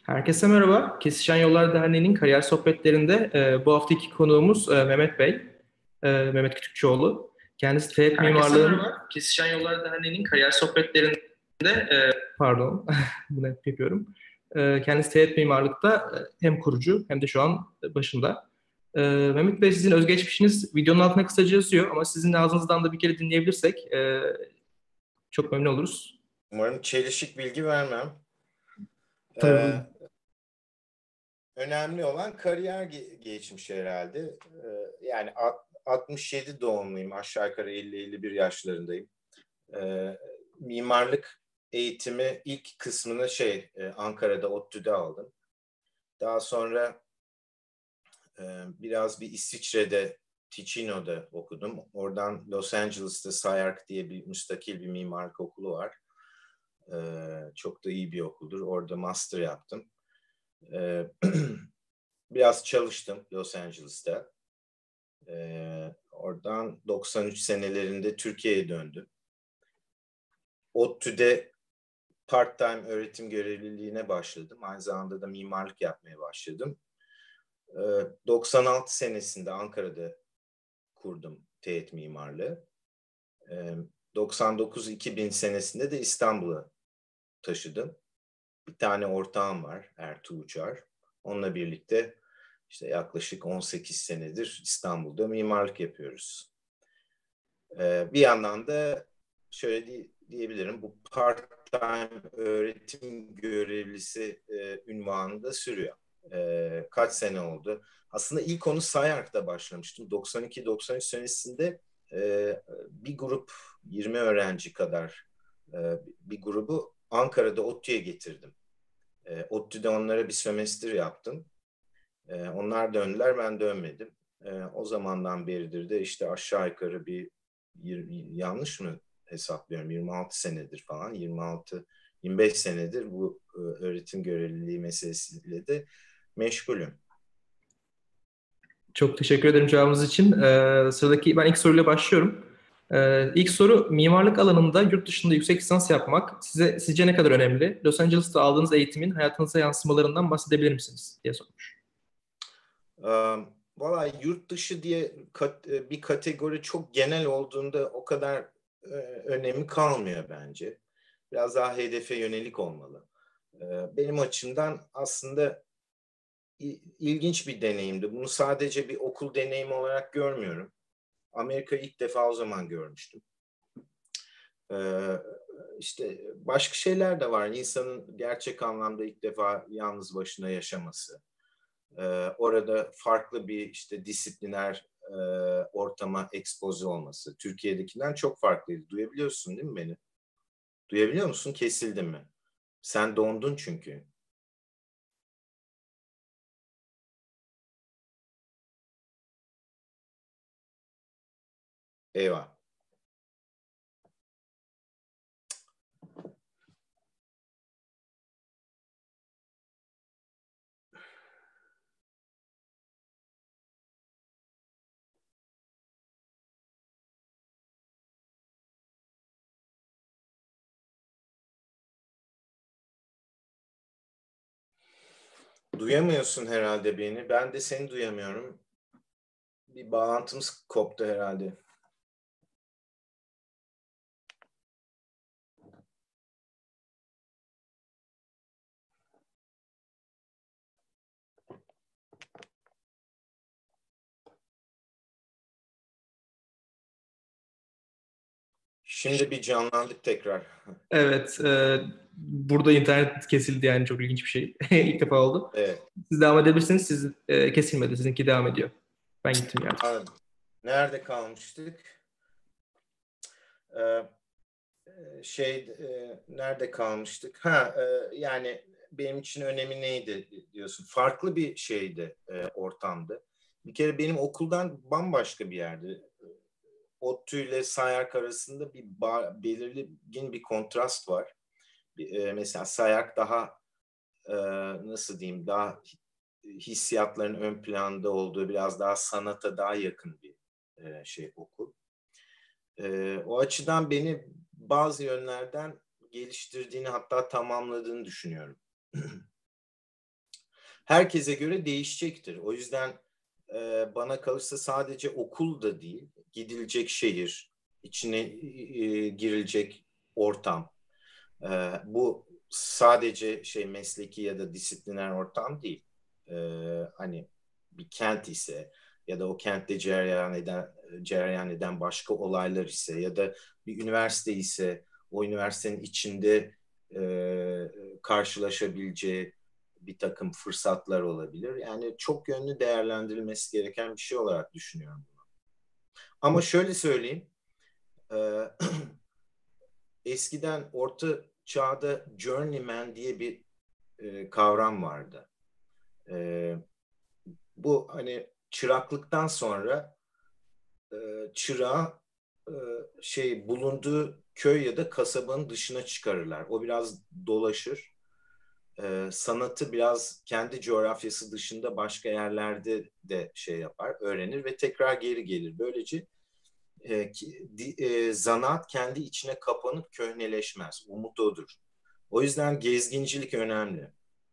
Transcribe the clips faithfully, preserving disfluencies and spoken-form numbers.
Herkese merhaba. Kesişen Yollar Derneği'nin kariyer sohbetlerinde e, bu haftaki konuğumuz e, Mehmet Bey, e, Mehmet Kütükçüoğlu. Kendisi TEİP Herkese Mimarlığı'nın, merhaba. Kesişen Yollar Derneği'nin kariyer sohbetlerinde e, pardon, bunu hep yapıyorum. E, kendisi TEİP Mimarlık'ta e, hem kurucu hem de şu an başında. E, Mehmet Bey, sizin özgeçmişiniz videonun altına kısaca yazıyor ama sizin ağzınızdan da bir kere dinleyebilirsek e, çok memnun oluruz. Umarım çelişik bilgi vermem. Tabii Ee, buyurun. önemli olan kariyer ge- geçmiş herhalde. Ee, yani alt- altmış yedi doğumluyum. Aşağı yukarı elli elli bir yaşlarındayım. Ee, mimarlık eğitimi ilk kısmını şey e, Ankara'da ODTÜ'de aldım. Daha sonra e, biraz bir İsviçre'de Ticino'da okudum. Oradan Los Angeles'ta S I A R C diye bir müstakil bir mimarlık okulu var. Ee, çok da iyi bir okuldur. Orada master yaptım. Ee, biraz çalıştım Los Angeles'ta. Ee, oradan doksan üç senelerinde Türkiye'ye döndüm. ODTÜ'de part-time öğretim görevliliğine başladım. Aynı zamanda da mimarlık yapmaya başladım. Ee, doksan altı senesinde Ankara'da kurdum TEİP Mimarlığı. Ee, doksan dokuz iki bin senesinde de İstanbul'a taşıdım. Bir tane ortağım var, Ertuğ Uçar. Onunla birlikte işte yaklaşık on sekiz senedir İstanbul'da mimarlık yapıyoruz. Ee, bir yandan da şöyle di- diyebilirim, bu part-time öğretim görevlisi e, unvanı da sürüyor. Ee, kaç sene oldu? Aslında ilk onu S I A R C'da başlamıştım. doksan iki doksan üç senesinde e, bir grup yirmi öğrenci kadar e, bir grubu Ankara'da ODTÜ'ye getirdim. E, ODTÜ'de onlara bir sömestr yaptım. E, onlar döndüler, ben dönmedim. E, o zamandan beridir de işte aşağı yukarı bir yirmi, yanlış mı hesaplıyorum, yirmi altı senedir falan, yirmi altı yirmi beş senedir bu e, öğretim görevliliği meselesiyle de meşgulüm. Çok teşekkür ederim cevabınız için. Ee, sıradaki ben ilk soruyla başlıyorum. Ee, ilk soru mimarlık alanında yurt dışında yüksek lisans yapmak size sizce ne kadar önemli? Los Angeles'ta aldığınız eğitimin hayatınıza yansımalarından bahsedebilir misiniz diye sormuş. E, Valla yurt dışı diye kat, e, bir kategori çok genel olduğunda o kadar e, önemi kalmıyor bence. Biraz daha hedefe yönelik olmalı. E, benim açımdan aslında ilginç bir deneyimdi. Bunu sadece bir okul deneyimi olarak görmüyorum. Amerika'yı ilk defa o zaman görmüştüm. Ee, işte başka şeyler de var. İnsanın gerçek anlamda ilk defa yalnız başına yaşaması. Ee, orada farklı bir işte disipliner e, ortama ekspoze olması. Türkiye'dekinden çok farklıydı. Duyabiliyorsun değil mi beni? Duyabiliyor musun? Kesildi mi? Sen dondun çünkü. Eyvah. Duyamıyorsun herhalde beni. Ben de seni duyamıyorum. Bir bağlantımız koptu herhalde. Şimdi bir canlandık tekrar. Evet, e, burada internet kesildi yani çok ilginç bir şey. İlk defa oldu. Evet, Siz devam edebilirsiniz. Siz e, kesilmedi. Sizinki devam ediyor. Ben gittim yani. anladım. Nerede kalmıştık? Ee, şey, e, nerede kalmıştık? Ha, e, yani benim için önemi neydi diyorsun? Farklı bir şeydi, e, ortamdı. Bir kere benim okuldan bambaşka bir yerdi. ODTÜ ile S I A R C arasında bir ba- belirgin bir kontrast var. E, mesela S I A R C daha e, nasıl diyeyim, daha hissiyatların ön planda olduğu, biraz daha sanata daha yakın bir e, şey okul. E, o açıdan beni bazı yönlerden geliştirdiğini, hatta tamamladığını düşünüyorum. herkese göre değişecektir. O yüzden e, bana kalırsa sadece okul da değil, gidilecek şehir, içine e, girilecek ortam. E, bu sadece şey mesleki ya da disipliner ortam değil. E, hani bir kent ise ya da o kentte cereyan eden, cereyan eden başka olaylar ise ya da bir üniversite ise o üniversitenin içinde e, karşılaşabileceği bir takım fırsatlar olabilir. Yani çok yönlü değerlendirilmesi gereken bir şey olarak düşünüyorum bunu. Ama şöyle söyleyeyim, e, eskiden Orta Çağ'da journeyman diye bir e, kavram vardı. E, bu hani çıraklıktan sonra e, çırağı e, şey bulunduğu köy ya da kasabanın dışına çıkarırlar. O biraz dolaşır. E, sanatı biraz kendi coğrafyası dışında başka yerlerde de şey yapar, öğrenir ve tekrar geri gelir. Böylece e, ki, di, e, zanaat kendi içine kapanıp köhneleşmez. Umut odur. O yüzden gezgincilik önemli.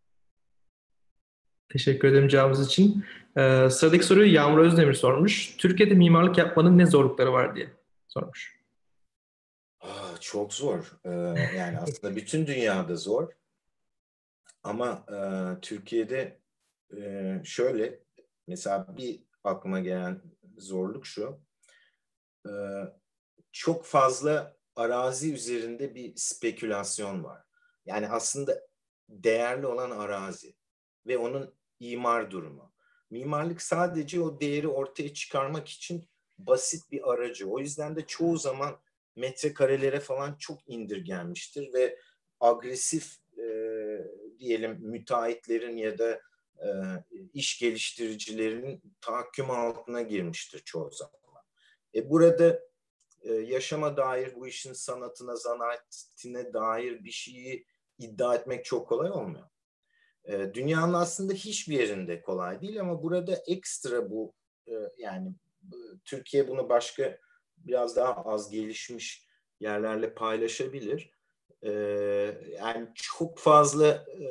Teşekkür ederim cevabınız için. Ee, sıradaki soruyu Yağmur Özdemir sormuş. Türkiye'de mimarlık yapmanın ne zorlukları var diye sormuş. Ah, çok zor. Ee, yani aslında bütün dünyada zor. Ama e, Türkiye'de e, şöyle, mesela bir aklıma gelen zorluk şu. E, çok fazla arazi üzerinde bir spekülasyon var. Yani aslında değerli olan arazi ve onun imar durumu. Mimarlık sadece o değeri ortaya çıkarmak için basit bir aracı. O yüzden de çoğu zaman metrekarelere falan çok indirgenmiştir ve agresif e, diyelim müteahhitlerin ya da e, iş geliştiricilerin tahakküm altına girmiştir çoğu zaman. E, burada e, yaşama dair, bu işin sanatına, zanaatine dair bir şeyi iddia etmek çok kolay olmuyor. E, dünyanın aslında hiçbir yerinde kolay değil ama burada ekstra bu e, yani Türkiye bunu başka biraz daha az gelişmiş yerlerle paylaşabilir. E, yani çok fazla e,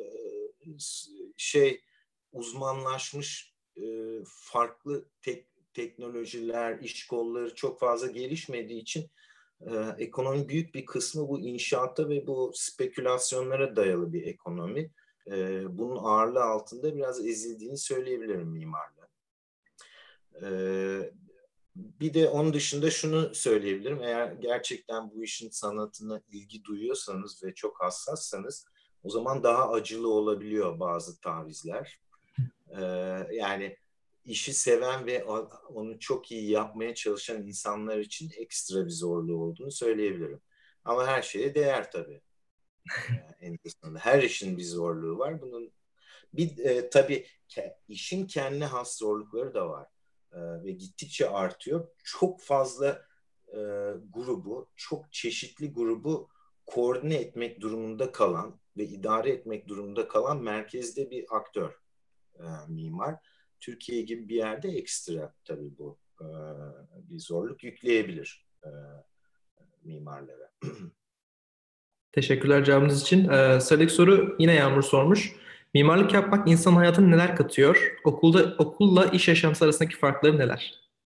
şey uzmanlaşmış e, farklı tek, teknolojiler, iş kolları çok fazla gelişmediği için e, ekonomi büyük bir kısmı bu inşaata ve bu spekülasyonlara dayalı bir ekonomi. E, bunun ağırlığı altında biraz ezildiğini söyleyebilirim mimarlığın. E, bir de onun dışında şunu söyleyebilirim. Eğer gerçekten bu işin sanatına ilgi duyuyorsanız ve çok hassassanız o zaman daha acılı olabiliyor bazı tavizler. E, yani işi seven ve onu çok iyi yapmaya çalışan insanlar için ekstra bir zorluğu olduğunu söyleyebilirim. Ama her şeye değer tabii. Yani her işin bir zorluğu var. Bunun bir e, tabii ke, işin kendi has zorlukları da var e, ve gittikçe artıyor. Çok fazla e, grubu, çok çeşitli grubu koordine etmek durumunda kalan ve idare etmek durumunda kalan merkezde bir aktör e, mimar. Türkiye gibi bir yerde ekstra tabii bu e, bir zorluk yükleyebilir e, mimarlara. Teşekkürler cevabınız için. Ee, sıradaki soru yine Yağmur sormuş. Mimarlık yapmak insan hayatına neler katıyor? Okulda okulla iş yaşantısı arasındaki farkları neler?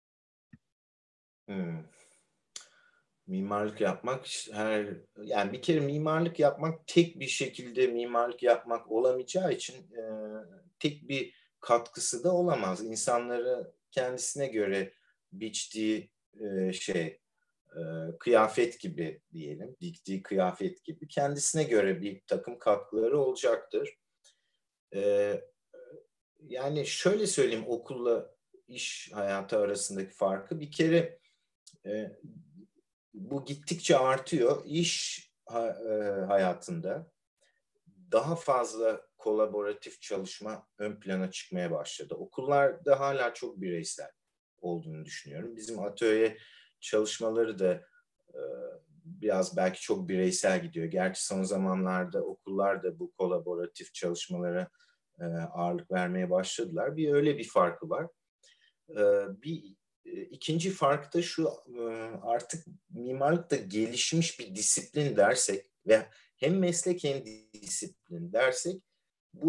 Hmm. Mimarlık yapmak her yani bir kere mimarlık yapmak tek bir şekilde mimarlık yapmak olamayacağı için e, tek bir katkısı da olamaz. İnsanları kendisine göre biçtiği e, şey e, kıyafet gibi diyelim, diktiği kıyafet gibi kendisine göre bir takım katkıları olacaktır. E, yani şöyle söyleyeyim okulla iş hayatı arasındaki farkı bir kere e, bu gittikçe artıyor. İş hayatında daha fazla kolaboratif çalışma ön plana çıkmaya başladı. Okullarda hala çok bireysel olduğunu düşünüyorum. Bizim atölye çalışmaları da biraz belki çok bireysel gidiyor. Gerçi son zamanlarda okullar da bu kolaboratif çalışmalara ağırlık vermeye başladılar. Bir öyle bir farkı var. Bir İkinci fark da şu, artık mimarlık da gelişmiş bir disiplin dersek ve hem meslek hem disiplin dersek bu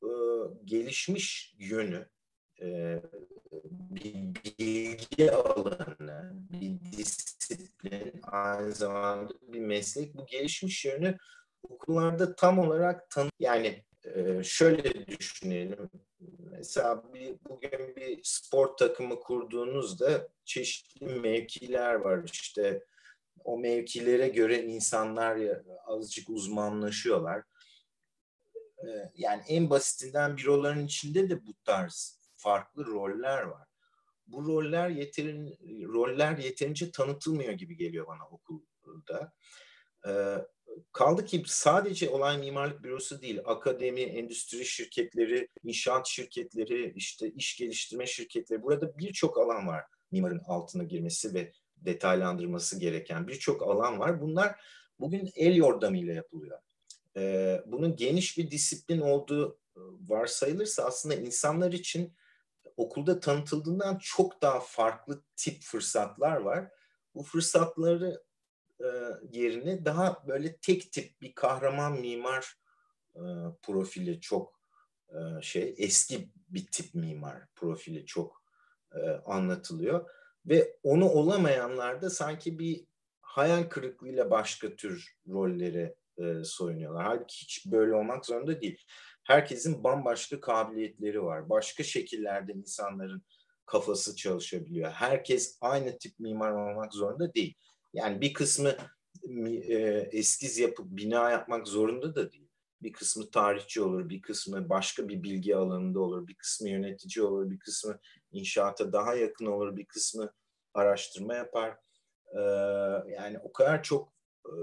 e, gelişmiş yönü, e, bir bilgi alanı, bir disiplin, aynı zamanda bir meslek. Bu gelişmiş yönü okullarda tam olarak tanı, yani e, şöyle düşünelim. Mesela bir, bugün bir spor takımı kurduğunuzda çeşitli mevkiler var. İşte o mevkilere göre insanlar azıcık uzmanlaşıyorlar. Yani en basitinden büroların içinde de bu tarz farklı roller var. Bu roller yeterin roller yeterince tanıtılmıyor gibi geliyor bana okulda. Ee, kaldı ki sadece olay mimarlık bürosu değil, akademi, endüstri şirketleri, inşaat şirketleri, işte iş geliştirme şirketleri. Burada birçok alan var mimarın altına girmesi ve detaylandırması gereken birçok alan var. Bunlar bugün el yordamıyla yapılıyor. Ee, bunun geniş bir disiplin olduğu varsayılırsa aslında insanlar için okulda tanıtıldığından çok daha farklı tip fırsatlar var. Bu fırsatları e, yerine daha böyle tek tip bir kahraman mimar e, profili çok e, şey, eski bir tip mimar profili çok e, anlatılıyor. Ve onu olamayanlar da sanki bir hayal kırıklığıyla başka tür rollere e, soyunuyorlar. Halbuki hiç böyle olmak zorunda değil. Herkesin bambaşka kabiliyetleri var. Başka şekillerde insanların kafası çalışabiliyor. Herkes aynı tip mimar olmak zorunda değil. Yani bir kısmı e, eskiz yapıp bina yapmak zorunda da değil. Bir kısmı tarihçi olur, bir kısmı başka bir bilgi alanında olur, bir kısmı yönetici olur, bir kısmı inşaata daha yakın olur, bir kısmı araştırma yapar. Ee, yani o kadar çok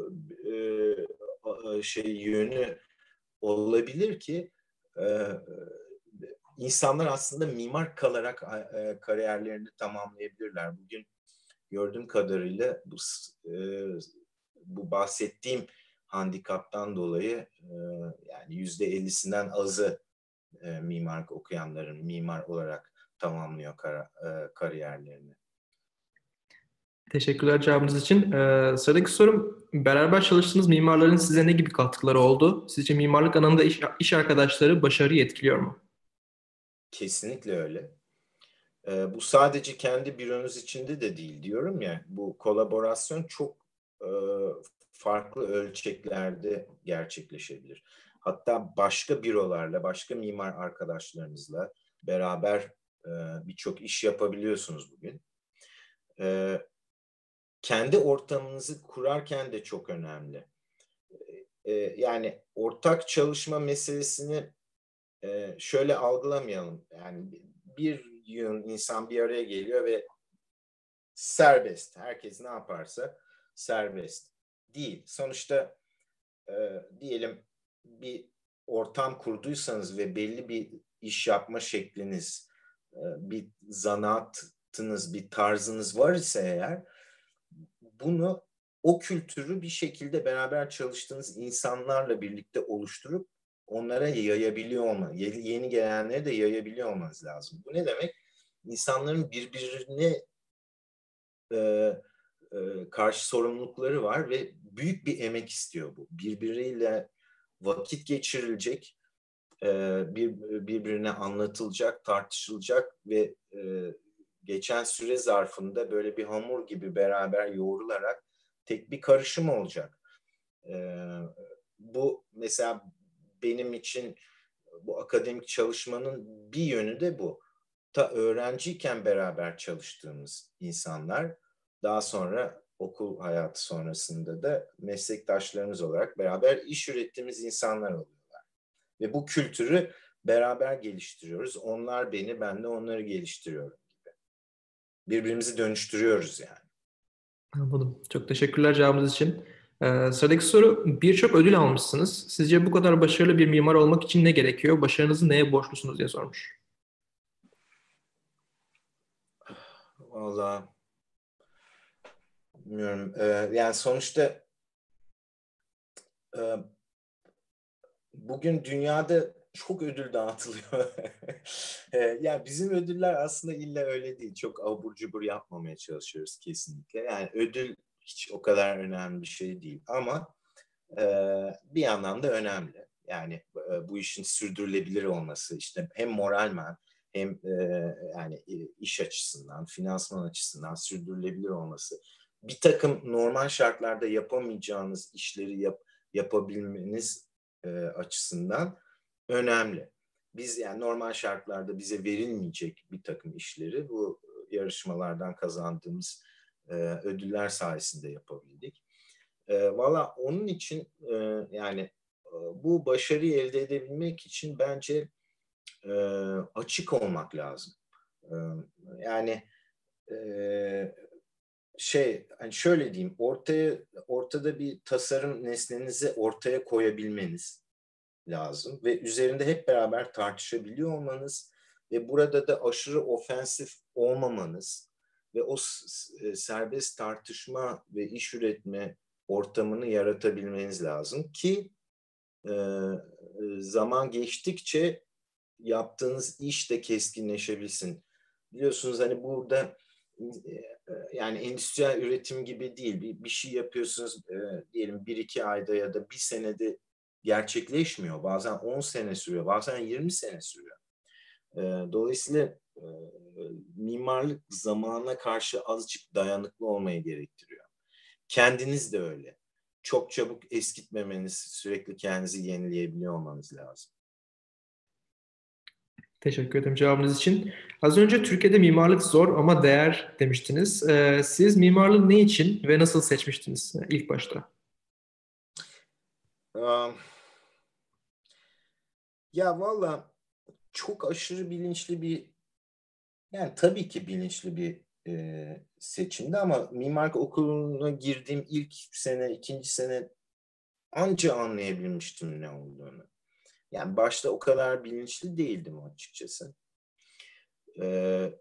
e, şey yönü olabilir ki e, insanlar aslında mimar kalarak e, kariyerlerini tamamlayabilirler. Bugün gördüğüm kadarıyla bu, e, bu bahsettiğim handikaptan dolayı e, yani yüzde ellisinden azı e, mimarlık okuyanların mimar olarak tamamlıyor kar, e, kariyerlerini. Teşekkürler cevabınız için. Ee, sıradaki sorum, beraber çalıştığınız mimarların size ne gibi katkıları oldu? Sizce mimarlık alanında iş, iş arkadaşları başarıyı etkiliyor mu? Kesinlikle öyle. E, bu sadece kendi büronuz içinde de değil diyorum ya. Bu kolaborasyon çok e, farklı ölçeklerde gerçekleşebilir. Hatta başka bürolarla, başka mimar arkadaşlarınızla beraber e, birçok iş yapabiliyorsunuz bugün. E, kendi ortamınızı kurarken de çok önemli. E, yani ortak çalışma meselesini e, şöyle algılamayalım. Yani bir yığın insan bir araya geliyor ve serbest. Herkes ne yaparsa serbest. Değil. Sonuçta e, diyelim bir ortam kurduysanız ve belli bir iş yapma şekliniz, e, bir zanaatınız, bir tarzınız var ise eğer bunu o kültürü bir şekilde beraber çalıştığınız insanlarla birlikte oluşturup onlara yayabiliyor olmanız, yeni gelenlere de yayabiliyor olmanız lazım. Bu ne demek? İnsanların birbirine e, e, karşı sorumlulukları var ve büyük bir emek istiyor bu. Birbiriyle vakit geçirilecek, e, bir, birbirine anlatılacak, tartışılacak ve e, geçen süre zarfında böyle bir hamur gibi beraber yoğrularak tek bir karışım olacak. E, bu mesela benim için bu akademik çalışmanın bir yönü de bu. Ta öğrenciyken beraber çalıştığımız insanlar daha sonra okul hayatı sonrasında da meslektaşlarımız olarak beraber iş ürettiğimiz insanlar oluyorlar. Ve bu kültürü beraber geliştiriyoruz. Onlar beni, ben de onları geliştiriyorum gibi. Birbirimizi dönüştürüyoruz yani. Anladım. Çok teşekkürler cevabınız için. Ee, sıradaki soru, birçok ödül almışsınız. Sizce bu kadar başarılı bir mimar olmak için ne gerekiyor? Başarınızı neye borçlusunuz diye sormuş. Vallahi bilmiyorum. Ee, yani sonuçta e, bugün dünyada çok ödül dağıtılıyor. Yani bizim ödüller aslında illa öyle değil. Çok abur cubur yapmamaya çalışıyoruz kesinlikle. Yani ödül hiç o kadar önemli bir şey değil. Ama e, bir yandan da önemli. Yani e, bu işin sürdürülebilir olması, işte hem moralmen hem e, yani iş açısından, finansman açısından sürdürülebilir olması, bir takım normal şartlarda yapamayacağınız işleri yap, yapabilmeniz e, açısından önemli. Biz yani normal şartlarda bize verilmeyecek bir takım işleri bu yarışmalardan kazandığımız e, ödüller sayesinde yapabildik. E, Valla onun için e, yani e, bu başarıyı elde edebilmek için bence e, açık olmak lazım. E, yani e, şey hani şöyle diyeyim, ortaya ortada bir tasarım nesnenizi ortaya koyabilmeniz lazım ve üzerinde hep beraber tartışabiliyor olmanız ve burada da aşırı ofensif olmamanız ve o serbest tartışma ve iş üretme ortamını yaratabilmeniz lazım ki e, zaman geçtikçe yaptığınız iş de keskinleşebilsin. Biliyorsunuz hani burada yani endüstriyel üretim gibi değil. Bir, bir şey yapıyorsunuz e, diyelim bir iki ayda ya da bir senede gerçekleşmiyor. Bazen on sene sürüyor, bazen yirmi sene sürüyor. E, dolayısıyla e, mimarlık zamana karşı azıcık dayanıklı olmayı gerektiriyor. Kendiniz de öyle. Çok çabuk eskitmemeniz, sürekli kendinizi yenileyebiliyor olmanız lazım. Teşekkür ederim cevabınız için. Az önce Türkiye'de mimarlık zor ama değer demiştiniz. Ee, siz mimarlığı ne için ve nasıl seçmiştiniz ilk başta? Um, ya valla çok aşırı bilinçli bir, yani tabii ki bilinçli bir e, seçimdi ama mimarlık okuluna girdiğim ilk sene, ikinci sene anca anlayabilmiştim ne olduğunu. Yani başta o kadar bilinçli değildim açıkçası. Ee,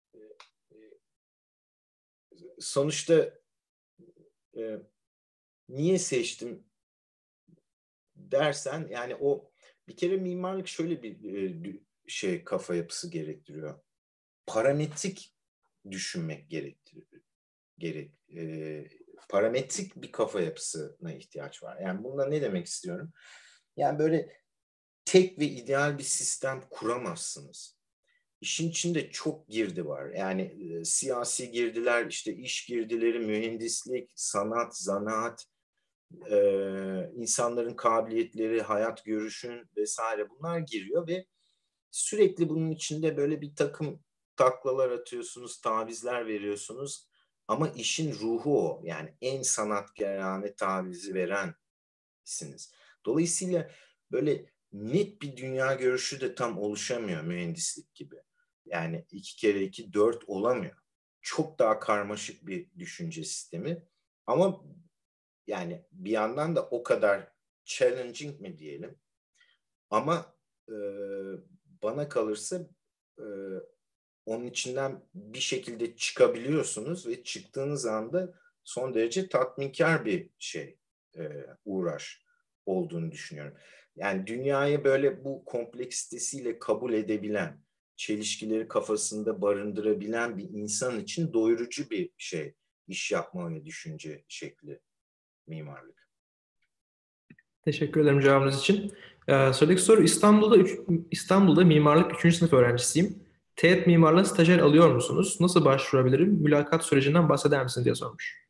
sonuçta e, niye seçtim dersen, yani o bir kere mimarlık şöyle bir e, şey kafa yapısı gerektiriyor. Parametrik düşünmek gerektiriyor. Gerek, e, parametrik bir kafa yapısına ihtiyaç var. Yani bunda ne demek istiyorum? Yani böyle tek ve ideal bir sistem kuramazsınız. İşin içinde çok girdi var. Yani e, siyasi girdiler, işte iş girdileri, mühendislik, sanat, zanaat, e, insanların kabiliyetleri, hayat görüşün vesaire, bunlar giriyor ve sürekli bunun içinde böyle bir takım taklalar atıyorsunuz, tavizler veriyorsunuz. Ama işin ruhu o. Yani en sanatkarane tavizi verensiniz. Dolayısıyla böyle net bir dünya görüşü de tam oluşamıyor mühendislik gibi. Yani iki kere iki dört olamıyor. Çok daha karmaşık bir düşünce sistemi. Ama yani bir yandan da o kadar challenging mi diyelim. Ama e, bana kalırsa e, onun içinden bir şekilde çıkabiliyorsunuz ve çıktığınız anda son derece tatminkar bir şey, e, uğraş olduğunu düşünüyorum. Yani dünyayı böyle bu kompleksitesiyle kabul edebilen, çelişkileri kafasında barındırabilen bir insan için doyurucu bir şey, iş yapma ve düşünce şekli mimarlık. Teşekkür ederim cevabınız için. Ee, sıradaki soru, İstanbul'da üç- İstanbul'da mimarlık üçüncü sınıf öğrencisiyim. TET mimarlığa stajyer alıyor musunuz? Nasıl başvurabilirim? Mülakat sürecinden bahseder misiniz diye sormuş.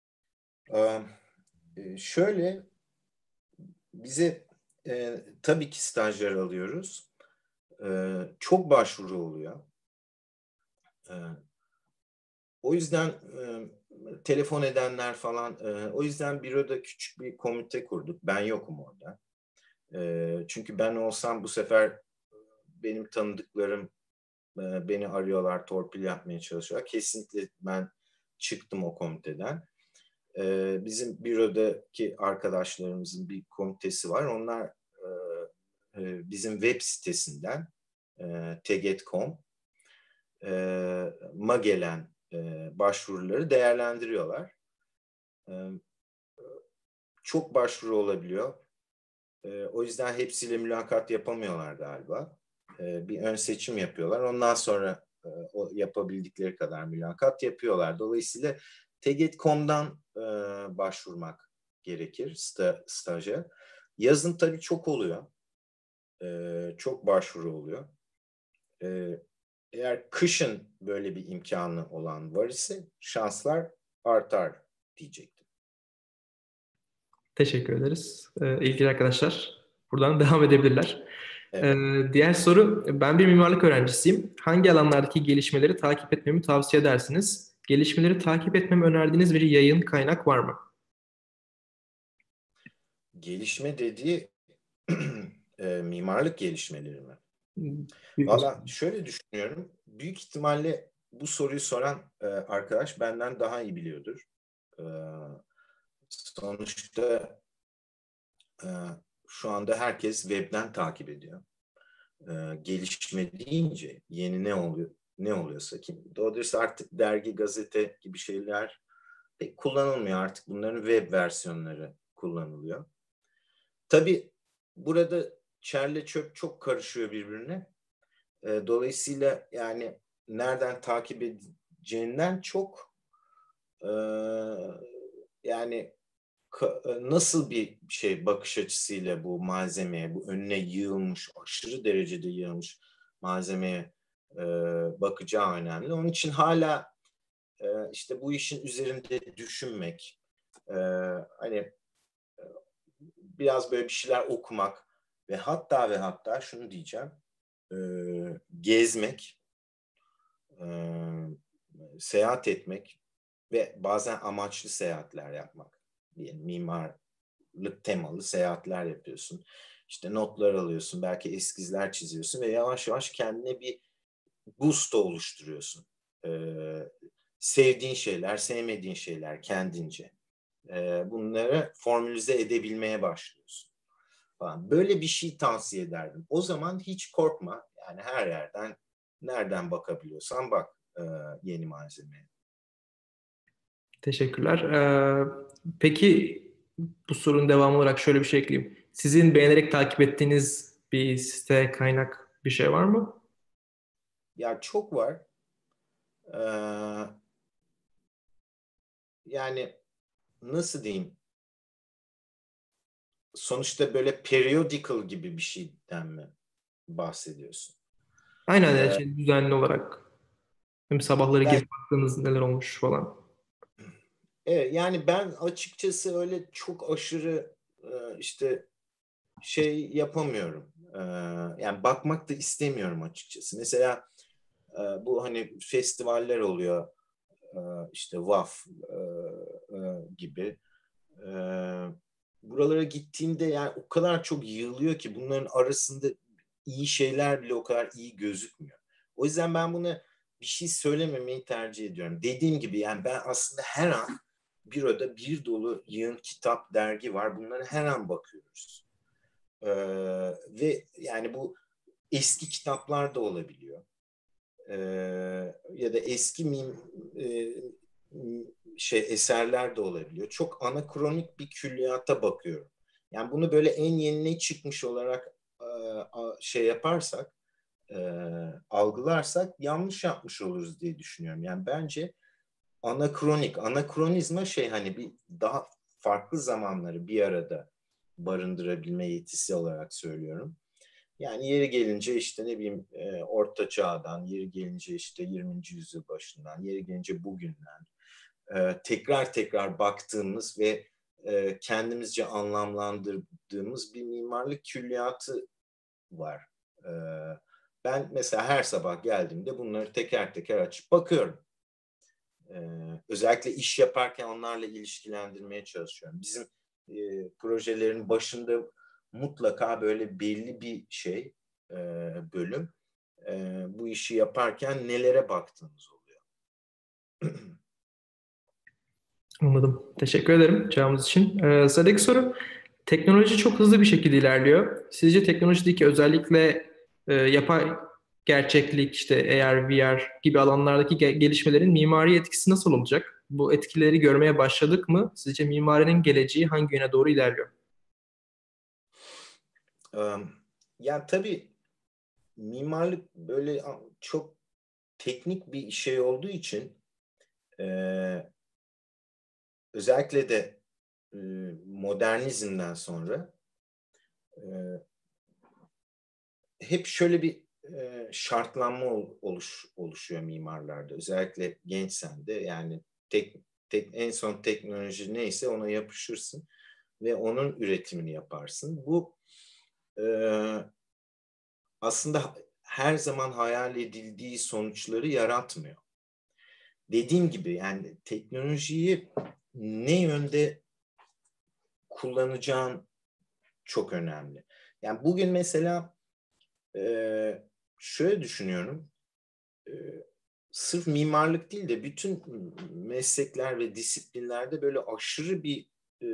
Ee, şöyle, bize e, tabii ki stajyer alıyoruz. E, çok başvuru oluyor. E, o yüzden e, telefon edenler falan, e, o yüzden büroda küçük bir komite kurduk. Ben yokum orada. E, çünkü ben olsam bu sefer benim tanıdıklarım e, beni arıyorlar, torpil yapmaya çalışıyorlar. Kesinlikle ben çıktım o komiteden. E, bizim bürodaki arkadaşlarımızın bir komitesi var. Onlar e, e, bizim web sitesinden e, teget nokta com e, ma gelen e, başvuruları değerlendiriyorlar. E, çok başvuru olabiliyor. E, o yüzden hepsiyle mülakat yapamıyorlar galiba. E, bir ön seçim yapıyorlar. Ondan sonra e, o yapabildikleri kadar mülakat yapıyorlar. Dolayısıyla teget nokta com'dan e, başvurmak gerekir sta, staja. Yazın tabii çok oluyor. e, çok başvuru oluyor. E, eğer kışın böyle bir imkanı olan var ise şanslar artar diyecektim. Teşekkür ederiz. Ee, ilgili arkadaşlar buradan devam edebilirler. Ee, Evet. diğer soru, ben bir mimarlık öğrencisiyim. Hangi alanlardaki gelişmeleri takip etmemi tavsiye edersiniz? Gelişmeleri takip etmemi önerdiğiniz bir yayın kaynak var mı? Gelişme dediği e, mimarlık gelişmeleri mi? Büyük bir Valla şöyle düşünüyorum. Büyük ihtimalle bu soruyu soran e, arkadaş benden daha iyi biliyordur. E, sonuçta e, şu anda herkes webden takip ediyor. E, gelişme deyince yeni ne oluyor, ne oluyorsa kim. Dolayısıyla artık dergi, gazete gibi şeyler pek kullanılmıyor. Artık bunların web versiyonları kullanılıyor. Tabii burada çerle çöp çok karışıyor birbirine. E, dolayısıyla yani nereden takip edeceğinden çok e, yani ka- nasıl bir şey bakış açısıyla bu malzemeye, bu önüne yığılmış, aşırı derecede yığılmış malzemeye e, bakacağı önemli. Onun için hala e, işte bu işin üzerinde düşünmek, e, hani biraz böyle bir şeyler okumak ve hatta ve hatta şunu diyeceğim, e, gezmek, e, seyahat etmek ve bazen amaçlı seyahatler yapmak. Diyelim mimarlık temalı seyahatler yapıyorsun. İşte notlar alıyorsun, belki eskizler çiziyorsun ve yavaş yavaş kendine bir gusto oluşturuyorsun. E, sevdiğin şeyler, sevmediğin şeyler kendince. E, bunları formülize edebilmeye başlıyorsun falan. Böyle bir şey tavsiye ederdim. O zaman hiç korkma. Yani her yerden nereden bakabiliyorsan bak e, yeni malzemeye. Teşekkürler. Ee, peki bu sorunun devamı olarak şöyle bir şey ekleyeyim. Sizin beğenerek takip ettiğiniz bir site, kaynak bir şey var mı? Ya çok var. Ee, yani nasıl diyeyim? Sonuçta böyle periodical gibi bir şeyden mi bahsediyorsun? Aynen, yani Ee, şey, düzenli olarak. Hem sabahları yani, girip baktığınız neler olmuş falan. evet, yani ben açıkçası öyle çok aşırı e, işte şey yapamıyorum. Ee, yani bakmak da istemiyorum açıkçası. Mesela e, bu hani festivaller oluyor. Ee, işte W A F e, e, gibi. Ee, buralara gittiğimde yani o kadar çok yığılıyor ki bunların arasında iyi şeyler bile o kadar iyi gözükmüyor. O yüzden ben buna bir şey söylememeyi tercih ediyorum. Dediğim gibi yani ben aslında her an bir oda bir dolu yığın kitap, dergi var. Bunlara her an bakıyoruz. Ee, ve yani bu eski kitaplar da olabiliyor. Ee, ya da eski mim, e, şey eserler de olabiliyor. Çok anakronik bir külliyata bakıyorum. Yani bunu böyle en yeni ne çıkmış olarak e, şey yaparsak, e, algılarsak yanlış yapmış oluruz diye düşünüyorum. Yani bence anakronik, anakronizma şey hani bir daha farklı zamanları bir arada barındırabilme yetisi olarak söylüyorum. Yani yeri gelince işte ne bileyim e, Orta Çağ'dan, yeri gelince işte yirminci yüzyıl başından, yeri gelince bugünden e, tekrar tekrar baktığımız ve e, kendimizce anlamlandırdığımız bir mimarlık külliyatı var. E, ben mesela her sabah geldiğimde bunları teker teker açıp bakıyorum. E, özellikle iş yaparken onlarla ilişkilendirmeye çalışıyorum. Bizim e, projelerin başında mutlaka böyle belli bir şey, e, bölüm. E, bu işi yaparken nelere baktığımız oluyor. Anladım. Teşekkür ederim cevabınız için. Ee, sıradaki soru. Teknoloji çok hızlı bir şekilde ilerliyor. Sizce teknolojideki özellikle e, yapay gerçeklik, işte A R, V R gibi alanlardaki ge- gelişmelerin mimari etkisi nasıl olacak? Bu etkileri görmeye başladık mı? Sizce mimarinin geleceği hangi yöne doğru ilerliyor? E, yani tabii mimarlık böyle çok teknik bir şey olduğu için e, özellikle de e, modernizmden sonra e, hep şöyle bir e, şartlanma oluş, oluşuyor mimarlarda. Özellikle gençsen de yani tek, tek, en son teknoloji neyse ona yapışırsın ve onun üretimini yaparsın. Bu e, aslında her zaman hayal edildiği sonuçları yaratmıyor. Dediğim gibi yani teknolojiyi ne yönde kullanacağın çok önemli. Yani bugün mesela e, şöyle düşünüyorum. E, sırf mimarlık değil de bütün meslekler ve disiplinlerde böyle aşırı bir e,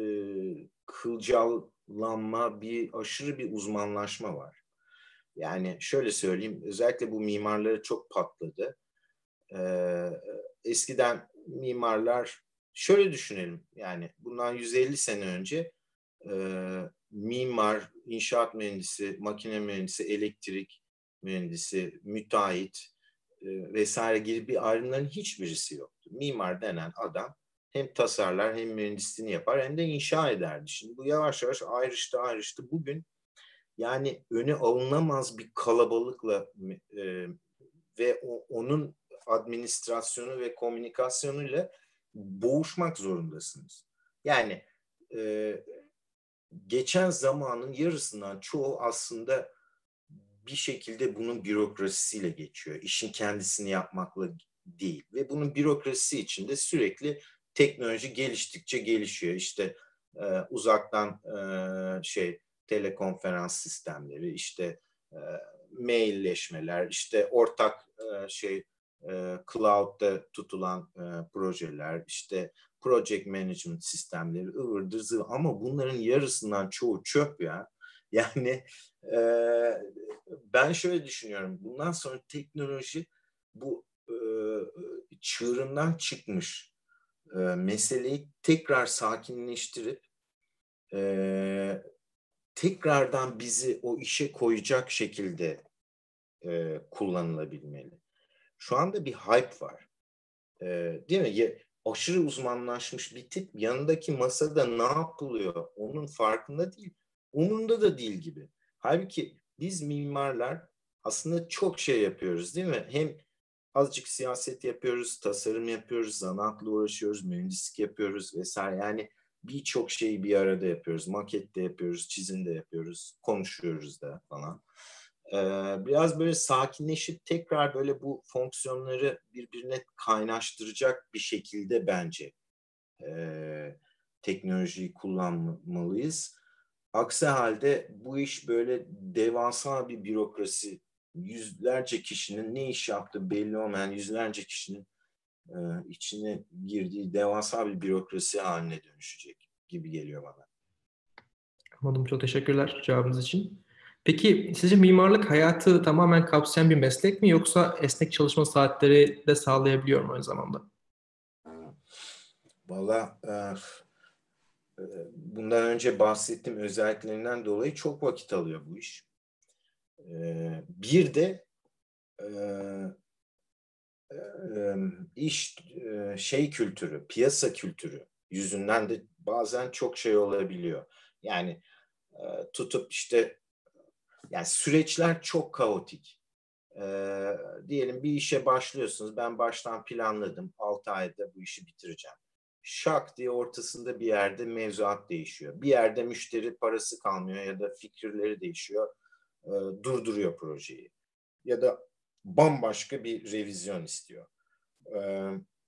kılcallanma, bir aşırı bir uzmanlaşma var. Yani şöyle söyleyeyim, özellikle bu mimarları çok patladı. Ee, eskiden mimarlar, şöyle düşünelim, yani bundan yüz elli sene önce e, mimar, inşaat mühendisi, makine mühendisi, elektrik mühendisi, müteahhit e, vesaire gibi bir ayrımların hiçbirisi yoktu. Mimar denen adam hem tasarlar hem mühendisliğini yapar hem de inşa ederdi. Şimdi bu yavaş yavaş ayrıştı ayrıştı. Bugün yani öne alınamaz bir kalabalıkla e, ve o, onun administrasyonu ve komünikasyonuyla boğuşmak zorundasınız. Yani e, geçen zamanın yarısından çoğu aslında bir şekilde bunun bürokrasisiyle geçiyor. İşin kendisini yapmakla değil. Ve bunun bürokrasisi içinde sürekli teknoloji geliştikçe gelişiyor. İşte e, uzaktan e, şey telekonferans sistemleri, işte e, mailleşmeler, işte ortak e, şey e, cloud'da tutulan e, projeler, işte project management sistemleri, ıvırdır zıvır. Ama bunların yarısından çoğu çöp ya. Yani e, ben şöyle düşünüyorum. Bundan sonra teknoloji bu e, çığırından çıkmış e, meseleyi tekrar sakinleştirip e, tekrardan bizi o işe koyacak şekilde e, kullanılabilmeli. Şu anda bir hype var. E, değil mi? Ya, aşırı uzmanlaşmış bir tip yanındaki masada ne yapılıyor onun farkında değil. Umurunda da değil gibi. Halbuki biz mimarlar aslında çok şey yapıyoruz değil mi? Hem azıcık siyaset yapıyoruz, tasarım yapıyoruz, zanaatla uğraşıyoruz, mühendislik yapıyoruz vesaire. Yani birçok şeyi bir arada yapıyoruz. Maket de yapıyoruz, çizim de yapıyoruz, konuşuyoruz da falan. Ee, biraz böyle sakinleşip tekrar böyle bu fonksiyonları birbirine kaynaştıracak bir şekilde bence e, teknolojiyi kullanmalıyız. Aksi halde bu iş böyle devasa bir bürokrasi, yüzlerce kişinin ne iş yaptığı belli olmayan yüzlerce kişinin e, içine girdiği devasa bir bürokrasi haline dönüşecek gibi geliyor bana. Anladım. Çok teşekkürler cevabınız için. Peki sizce mimarlık hayatı tamamen kapsayan bir meslek mi yoksa esnek çalışma saatleri de sağlayabiliyor mu aynı zamanda? Valla e, bundan önce bahsettiğim özelliklerinden dolayı çok vakit alıyor bu iş. E, bir de e, e, iş e, şey kültürü, piyasa kültürü yüzünden de bazen çok şey olabiliyor. Yani e, tutup işte yani süreçler çok kaotik. E, diyelim bir işe başlıyorsunuz. Ben baştan planladım. altı ayda bu işi bitireceğim. Şak diye ortasında bir yerde mevzuat değişiyor. Bir yerde müşteri parası kalmıyor ya da fikirleri değişiyor. E, durduruyor projeyi. Ya da bambaşka bir revizyon istiyor. E,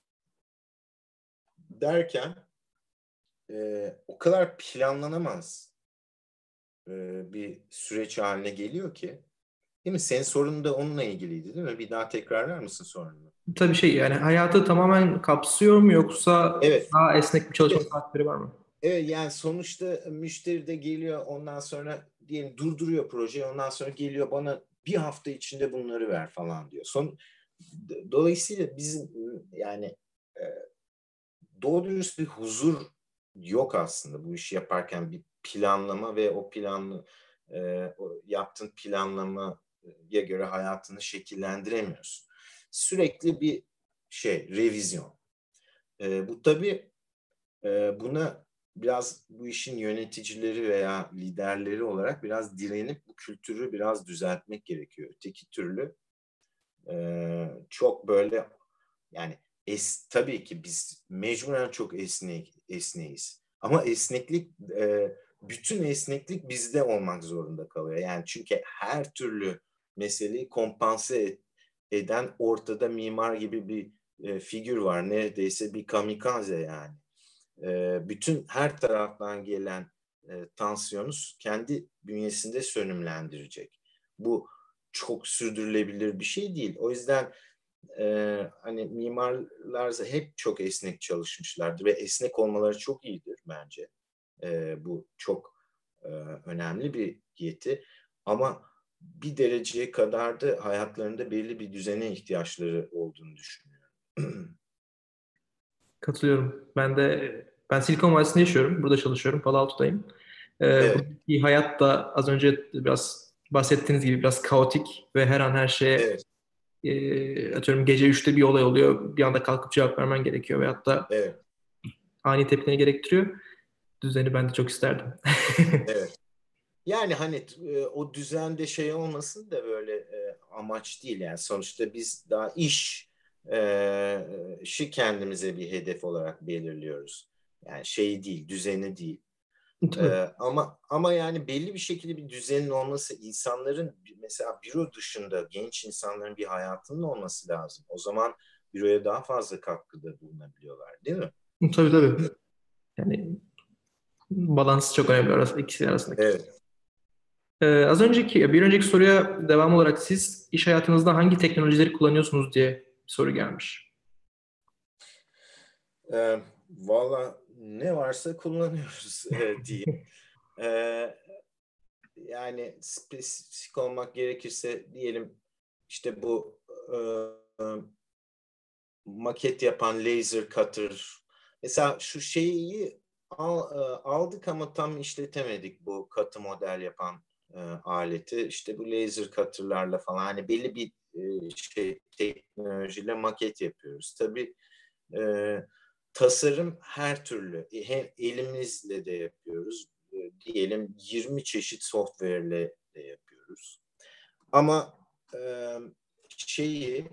derken e, o kadar planlanamaz e, bir süreç haline geliyor ki. Değil mi? Senin sorunun da onunla ilgiliydi değil mi? Bir daha tekrarlar mısın sorununu? Tabii şey yani hayatı tamamen kapsıyor mu yoksa Evet. daha esnek bir çalışma Evet. saatleri var mı? Evet, yani sonuçta müşteri de geliyor ondan sonra diyelim durduruyor projeyi ondan sonra geliyor bana bir hafta içinde bunları ver falan diyor. Son, dolayısıyla bizim yani e, doğru dürüst bir huzur yok aslında bu işi yaparken bir planlama ve o planlı e, o yaptığın planlamaya göre hayatını şekillendiremiyorsun. Sürekli bir şey revizyon. E, bu tabii e, buna biraz bu işin yöneticileri veya liderleri olarak biraz direnip bu kültürü biraz düzeltmek gerekiyor. Öteki türlü e, çok böyle yani es, tabii ki biz mecburen çok esnek esneyiz. Ama esneklik e, bütün esneklik bizde olmak zorunda kalıyor. Yani çünkü her türlü meseleyi kompanse eden ortada mimar gibi bir e, figür var. Neredeyse bir kamikaze yani. E, bütün her taraftan gelen e, tansiyonu kendi bünyesinde sönümlendirecek. Bu çok sürdürülebilir bir şey değil. O yüzden e, hani mimarlar hep çok esnek çalışmışlardır ve esnek olmaları çok iyidir bence. E, bu çok e, önemli bir yeti. Ama bir dereceye kadar da hayatlarında belli bir düzene ihtiyaçları olduğunu düşünüyorum. Katılıyorum. Ben de ben Silikon Vadisi'nde yaşıyorum. Burada çalışıyorum. Palo Alto'dayım. Ee, Evet, buradaki hayat da az önce biraz bahsettiğiniz gibi biraz kaotik ve her an her şeye evet, e, atıyorum gece üçte bir olay oluyor. Bir anda kalkıp cevap vermen gerekiyor veyahut da evet, ani tepkini gerektiriyor. Düzeni ben de çok isterdim. evet. Yani hani e, o düzende şey olmasın da böyle e, amaç değil yani sonuçta biz daha iş e, işi kendimize bir hedef olarak belirliyoruz. Yani şey değil, düzeni değil. E, Tabii. ama ama yani belli bir şekilde bir düzenin olması insanların mesela büro dışında genç insanların bir hayatının olması lazım. O zaman büroya daha fazla katkıda bulunabiliyorlar, değil mi? Tabii tabii. Yani balans çok önemli arası, ikisi arasındaki. Evet. Ee, az önceki, bir önceki soruya devam olarak siz iş hayatınızda hangi teknolojileri kullanıyorsunuz diye bir soru gelmiş. E, valla ne varsa kullanıyoruz e, diyeyim. E, yani spesifik olmak gerekirse diyelim işte bu e, e, maket yapan laser cutter. Mesela şu şeyi al, e, aldık ama tam işletemedik bu katı model yapan e, aleti. İşte bu laser cutter'larla falan hani belli bir e, şey teknolojiyle maket yapıyoruz. Tabii e, tasarım her türlü. E, hem elimizle de yapıyoruz. E, diyelim yirmi çeşit software'le de yapıyoruz. Ama e, şeyi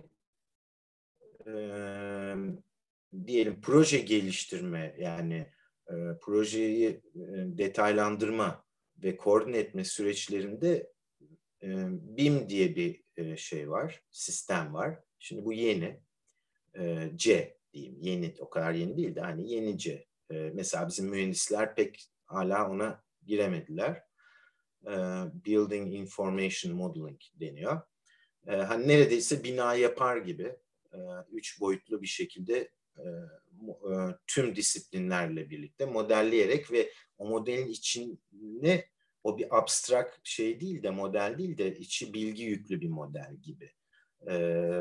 e, diyelim proje geliştirme yani e, projeyi e, detaylandırma ve koordine etme süreçlerinde e, B I M diye bir e, şey var, sistem var. Şimdi bu yeni e, C diyeyim, yeni o kadar yeni değil de hani yeni C. E, mesela bizim mühendisler pek hala ona giremediler. E, Building Information Modeling deniyor. E, hani neredeyse bina yapar gibi e, üç boyutlu bir şekilde e, e, tüm disiplinlerle birlikte modelleyerek ve o modelin içine o bir abstrak şey değil de model değil de içi bilgi yüklü bir model gibi. E,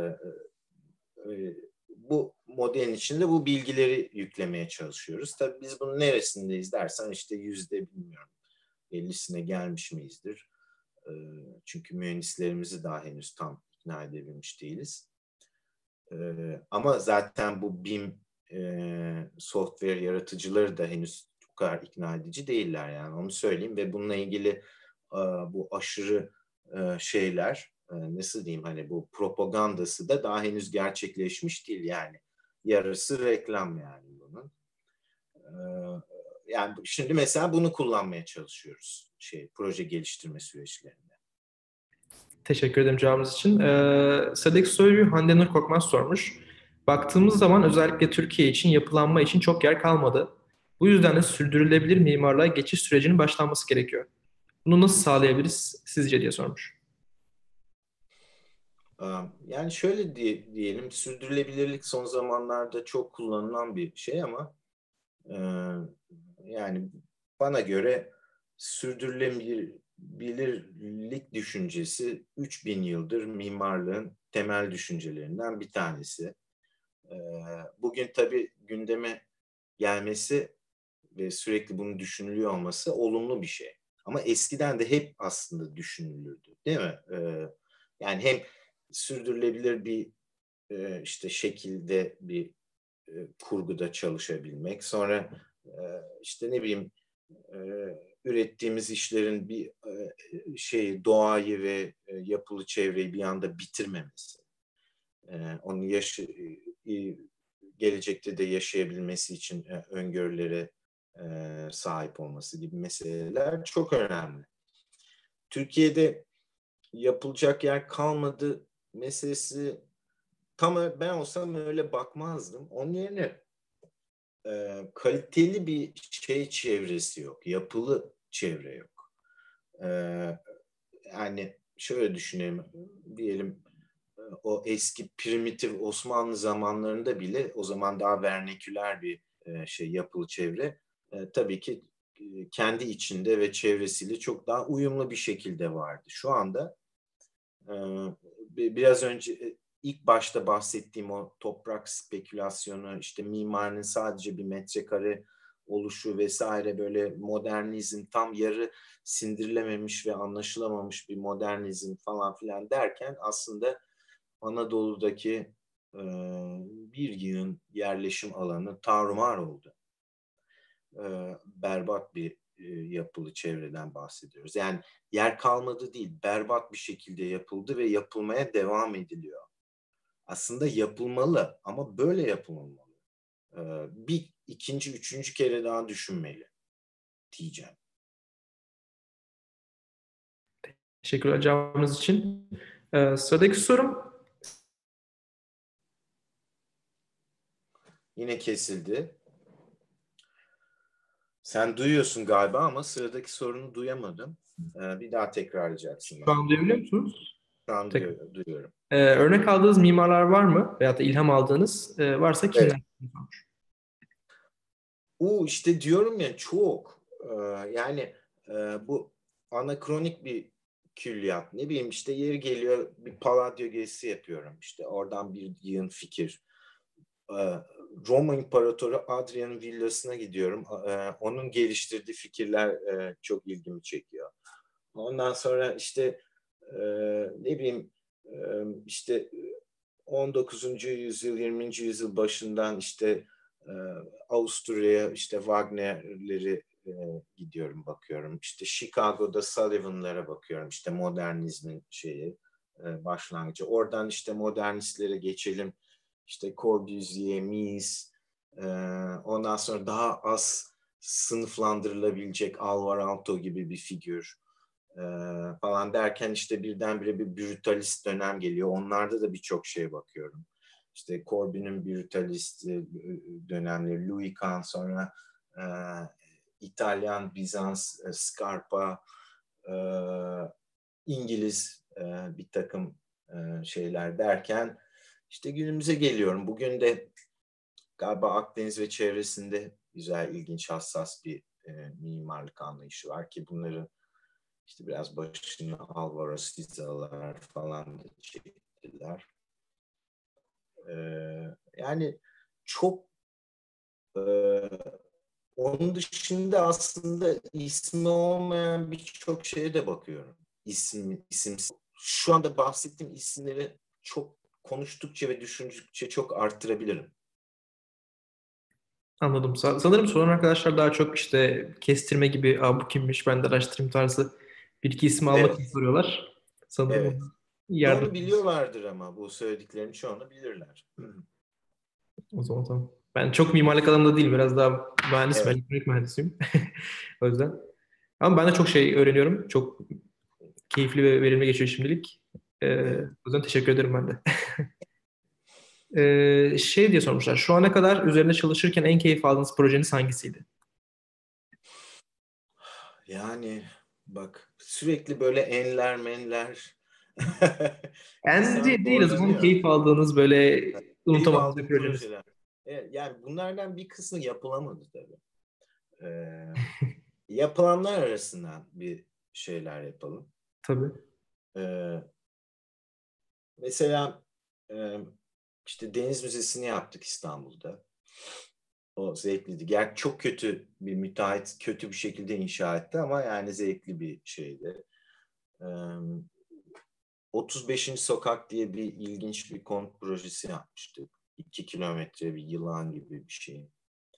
e, bu modelin içinde bu bilgileri yüklemeye çalışıyoruz. Tabii biz bunun neresindeyiz dersen işte yüzde bilmiyorum ellisine gelmiş miyizdir? E, çünkü mühendislerimizi daha henüz tam ikna edebilmiş değiliz. Ee, ama zaten bu B I M e, software yaratıcıları da henüz bu kadar ikna edici değiller yani onu söyleyeyim ve bununla ilgili e, bu aşırı e, şeyler e, nasıl diyeyim hani bu propagandası da daha henüz gerçekleşmiş değil yani yarısı reklam yani bunun. E, yani şimdi mesela bunu kullanmaya çalışıyoruz şey proje geliştirme süreçlerinde. Teşekkür ederim cevabınız için. Ee, sıradaki soruyu Hande Nur Korkmaz sormuş. Baktığımız zaman özellikle Türkiye için yapılanma için çok yer kalmadı. Bu yüzden de sürdürülebilir mimarlığa geçiş sürecinin başlanması gerekiyor. Bunu nasıl sağlayabiliriz sizce diye sormuş. Yani şöyle diye, diyelim sürdürülebilirlik son zamanlarda çok kullanılan bir şey ama e, yani bana göre sürdürülebilirlik düşüncesi üç bin yıldır mimarlığın temel düşüncelerinden bir tanesi. E, bugün tabii gündeme gelmesi ve sürekli bunu düşünülüyor olması olumlu bir şey. Ama eskiden de hep aslında düşünülürdü, değil mi? E, yani hem sürdürülebilir bir e, işte şekilde bir e, kurguda çalışabilmek, sonra işte ne bileyim ürettiğimiz işlerin bir şey doğayı ve yapılı çevreyi bir anda bitirmemesi, onun yaşı, gelecekte de yaşayabilmesi için öngörülere sahip olması gibi meseleler çok önemli. Türkiye'de yapılacak yer kalmadı meselesi, tam ben olsam öyle bakmazdım. Onun yerine e, kaliteli bir şey çevresi yok, yapılı çevre yok. E, yani şöyle düşünelim, diyelim o eski primitif Osmanlı zamanlarında bile, o zaman daha vernaküler bir e, şey yapılı çevre, e, tabii ki e, kendi içinde ve çevresiyle çok daha uyumlu bir şekilde vardı. Şu anda e, biraz önce ilk başta bahsettiğim o toprak spekülasyonu, işte mimarinin sadece bir metrekare oluşu vesaire, böyle modernizm, tam yarı sindirilememiş ve anlaşılamamış bir modernizm falan filan derken aslında Anadolu'daki e, bir yığın yerleşim alanı tarumar oldu. E, berbat bir e, yapılı çevreden bahsediyoruz. Yani yer kalmadı değil, berbat bir şekilde yapıldı ve yapılmaya devam ediliyor. Aslında yapılmalı ama böyle yapılmalı. E, bir, ikinci, üçüncü kere daha düşünmeli diyeceğim. Teşekkürler cevabınız için. Ee, sıradaki sorum. Yine kesildi. Sen duyuyorsun galiba ama sıradaki sorunu duyamadım. Ee, bir daha tekrarlayacaksın Şu an galiba. duyabiliyor musunuz? Şu an Tekrar. duyu- duyuyorum. Ee, örnek aldığınız mimarlar var mı? Veyahut da ilham aldığınız e, varsa Evet. kimler? O işte diyorum ya, çok. Ee, yani e, bu anakronik bir külliyat. Ne bileyim, işte yeri geliyor bir Palladio gezisi yapıyorum. İşte oradan bir yığın fikir. Ee, Roma İmparatoru Adrian'ın villasına gidiyorum. Ee, onun geliştirdiği fikirler e, çok ilgimi çekiyor. Ondan sonra işte e, ne bileyim e, işte on dokuzuncu yüzyıl, yirminci yüzyıl başından işte e, Avusturya'ya, işte Wagner'leri e, gidiyorum, bakıyorum. İşte Chicago'da Sullivan'lara bakıyorum. İşte modernizmin şeyi, e, başlangıcı. Oradan işte modernistlere geçelim. İşte Corbusier, Mies, e, ondan sonra daha az sınıflandırılabilecek Alvar Aalto gibi bir figür e, falan derken işte birdenbire bir brutalist dönem geliyor. Onlarda da birçok şeye bakıyorum. İşte Corbin'in brutalist dönemleri, Louis Kahn, sonra e, İtalyan, Bizans, e, Scarpa, e, İngiliz e, bir takım e, şeyler derken işte günümüze geliyorum. Bugün de galiba Akdeniz ve çevresinde güzel, ilginç, hassas bir e, mimarlık anlayışı var ki bunların işte biraz başını Alvaro Siza'lar falan da çektiler. Ee, yani çok e, onun dışında aslında ismi olmayan birçok şeye de bakıyorum. İsim, isimsiz. Şu anda bahsettiğim isimleri çok konuştukça ve düşündükçe çok arttırabilirim. Anladım. Sa- sanırım soran arkadaşlar daha çok işte kestirme gibi, Aa, bu kimmiş ben de araştırayım tarzı bir iki isim almak için Evet, soruyorlar. Sanırım evet. onu Çoğunu yardım. biliyorlardır ama bu söylediklerinin çoğunu bilirler. O zaman tamam. Ben çok mimarlık alanında değil, biraz daha mühendis, ben Evet. elektronik mühendisiyim. O yüzden. Ama ben de çok şey öğreniyorum. Çok keyifli ve verimli geçiyor şimdilik. Ee, Evet. o yüzden teşekkür ederim ben de. Ee, şey diye sormuşlar. Şu ana kadar üzerinde çalışırken en keyif aldığınız projeniz hangisiydi? Yani bak, sürekli böyle enler menler En insan de- değil o zaman, zorlanıyor. keyif aldığınız böyle Keyif unutamadığınız bir aldığım projeniz. projeler. Evet, yani bunlardan bir kısmı yapılamadı tabii. Ee, yapılanlar arasından bir şeyler yapalım. Tabii. Ee, mesela e, işte Deniz Müzesi'ni yaptık İstanbul'da. O zevkliydi. Gerçi çok kötü bir müteahhit kötü bir şekilde inşa etti ama yani zevkli bir şeydi. Ee, otuz beşinci Sokak diye bir ilginç bir konut projesi yapmıştık. İki kilometre bir yılan gibi bir şey.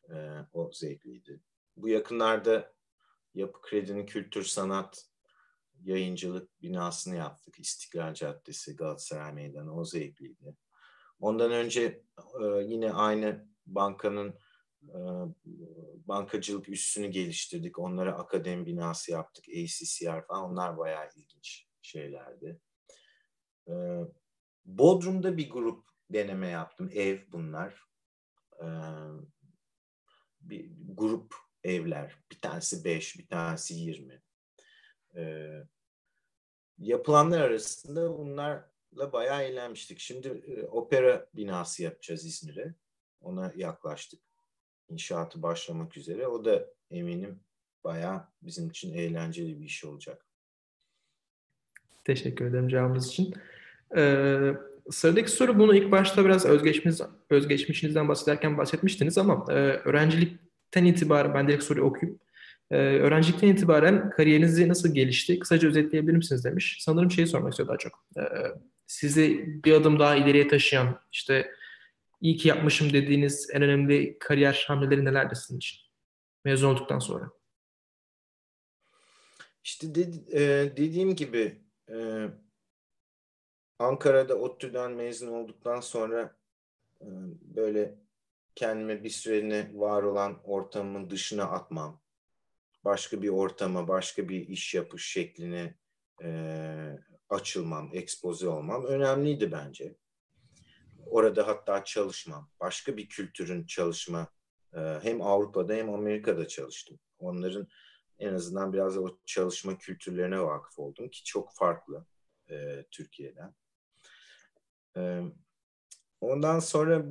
E, o zevkliydi. Bu yakınlarda Yapı Kredi'nin Kültür Sanat Yayıncılık binasını yaptık. İstiklal Caddesi, Galatasaray Meydanı. O zevkliydi. Ondan önce e, yine aynı bankanın e, bankacılık üssünü geliştirdik. Onlara akademi binası yaptık. A C C R falan. Onlar bayağı ilginç şeylerdi. E, Bodrum'da bir grup deneme yaptım. Ev bunlar. E, bir grup evler. Bir tanesi beş, bir tanesi yirmi. E, yapılanlar arasında bunlarla bayağı eğlenmiştik. Şimdi e, opera binası yapacağız İzmir'e. Ona yaklaştık. İnşaatı başlamak üzere. O da eminim bayağı bizim için eğlenceli bir iş olacak. Teşekkür ederim cevabınız için. Ee, sıradaki soru, bunu ilk başta biraz özgeçmiş, özgeçmişinizden bahsederken bahsetmiştiniz ama e, öğrencilikten itibaren, ben direkt soruyu okuyayım. Ee, öğrencilikten itibaren kariyerinizi nasıl gelişti? Kısaca özetleyebilir misiniz demiş. Sanırım şeyi sormak istiyor daha çok. Ee, sizi bir adım daha ileriye taşıyan, işte iyi ki yapmışım dediğiniz en önemli kariyer hamleleri nelerdi sizin için? Mezun olduktan sonra. İşte dedi, e, dediğim gibi e, Ankara'da ODTÜ'den mezun olduktan sonra e, böyle kendime bir süreliğine var olan ortamın dışına atmam. Başka bir ortama, başka bir iş yapış şekline e, açılmam, ekspoze olmam önemliydi bence. Orada hatta çalışmam, başka bir kültürün çalışma, e, hem Avrupa'da hem Amerika'da çalıştım. Onların en azından biraz da o çalışma kültürlerine vakıf oldum ki çok farklı e, Türkiye'den. E, ondan sonra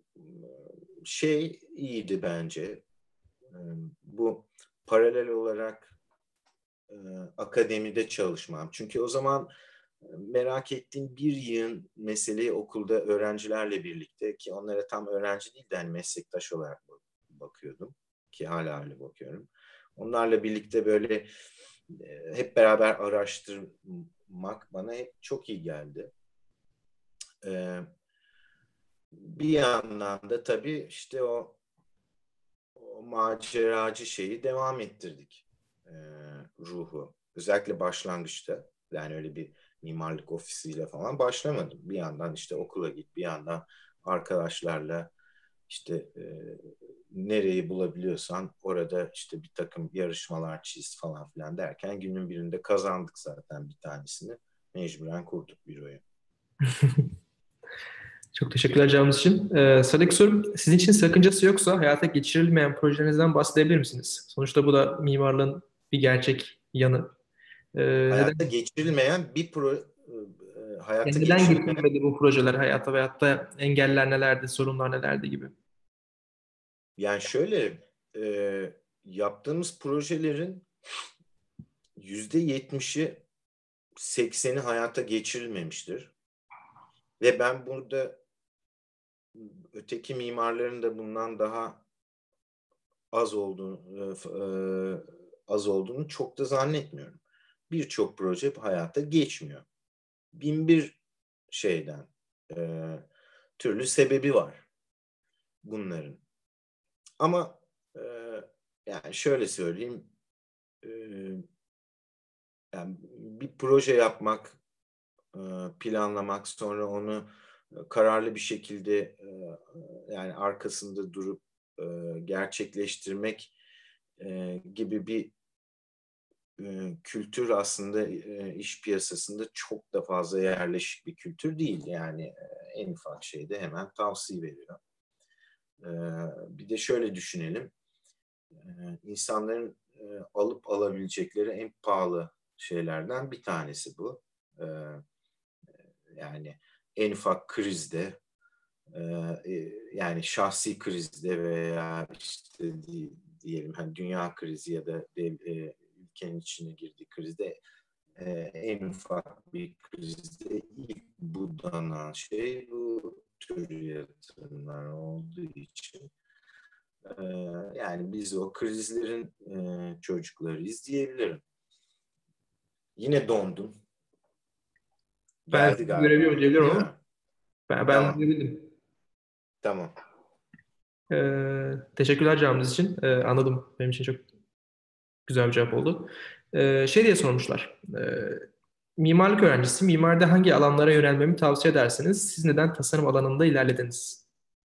şey iyiydi bence. E, bu paralel olarak e, akademide çalışmam. Çünkü o zaman merak ettiğim bir yığın meseleyi okulda öğrencilerle birlikte, ki onlara tam öğrenci değil de hani meslektaş olarak bakıyordum ki hala öyle bakıyorum. Onlarla birlikte böyle e, hep beraber araştırmak bana hep çok iyi geldi. E, bir yandan da tabii işte o, o maceracı şeyi devam ettirdik. E, ruhu. Özellikle başlangıçta. Yani öyle bir mimarlık ofisiyle falan başlamadım. Bir yandan işte okula git, bir yandan arkadaşlarla işte e, nereyi bulabiliyorsan orada işte bir takım yarışmalar çiz falan filan derken günün birinde kazandık zaten bir tanesini. Mecburen kurduk büroyu. Çok teşekkürler cevabınız için. Ee, sıradaki sorum, sizin için sakıncası yoksa hayata geçirilmeyen projelerinizden bahsedebilir misiniz? Sonuçta bu da mimarlığın bir gerçek yanı. Ee, neden, Hayata geçirilmeyen bir pro, e, hayata yani neden geçirilmeyen geçirilmedi bu projeler hayata, veyahut da engeller nelerdi, sorunlar nelerdi gibi? yani şöyle e, yaptığımız projelerin yüzde yetmişi sekseni hayata geçirilmemiştir. Ve ben burada öteki mimarların da bundan daha az olduğunu, e, az olduğunu çok da zannetmiyorum. Birçok proje hayata geçmiyor. Bin bir şeyden e, türlü sebebi var bunların. Ama e, yani şöyle söyleyeyim, e, yani bir proje yapmak, e, planlamak, sonra onu kararlı bir şekilde e, yani arkasında durup e, gerçekleştirmek e, gibi bir e, kültür aslında e, iş piyasasında çok da fazla yerleşik bir kültür değil. Yani e, en ufak şeyde hemen tavsiye veriyor. E, bir de şöyle düşünelim. E, insanların e, alıp alabilecekleri en pahalı şeylerden bir tanesi bu. E, yani en ufak krizde, e, yani şahsi krizde veya işte diyelim hani dünya krizi ya da dev, e, ülkenin içine girdiği krizde, e, en ufak bir krizde ilk budanan şey bu tür yatırımlar olduğu için e, yani biz o krizlerin e, çocuklarıyız diyebilirim. Yine dondum. Ben Geldi sizi görebiliyorum galiba. diyebilirim Değil ama mi? ben, ben Tamam. görebildim. Tamam. Ee, teşekkürler cevabınız için. Ee, anladım. Benim için çok güzel bir cevap oldu. Ee, şey diye sormuşlar. Ee, mimarlık öğrencisi, mimaride hangi alanlara yönelmemi tavsiye edersiniz? Siz neden tasarım alanında ilerlediniz?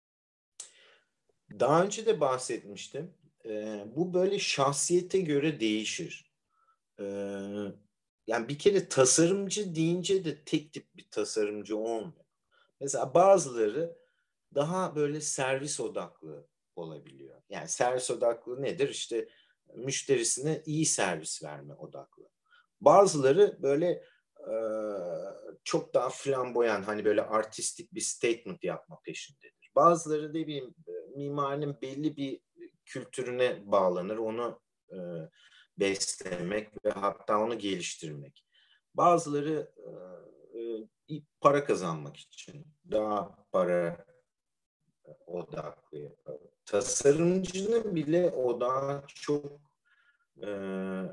Daha önce de bahsetmiştim. Ee, bu böyle şahsiyete göre değişir. Ee, yani bir kere tasarımcı deyince de tek tip bir tasarımcı olmuyor. Mesela bazıları daha böyle servis odaklı olabiliyor. Yani servis odaklı nedir? İşte müşterisine iyi servis verme odaklı. Bazıları böyle e, çok daha flamboyan, hani böyle artistik bir statement yapma peşindedir. Bazıları ne bileyim mimarinin belli bir kültürüne bağlanır, onu e, beslemek ve hatta onu geliştirmek. Bazıları e, para kazanmak için daha para odaklı yapar. Tasarımcının bile odağı çok e, e,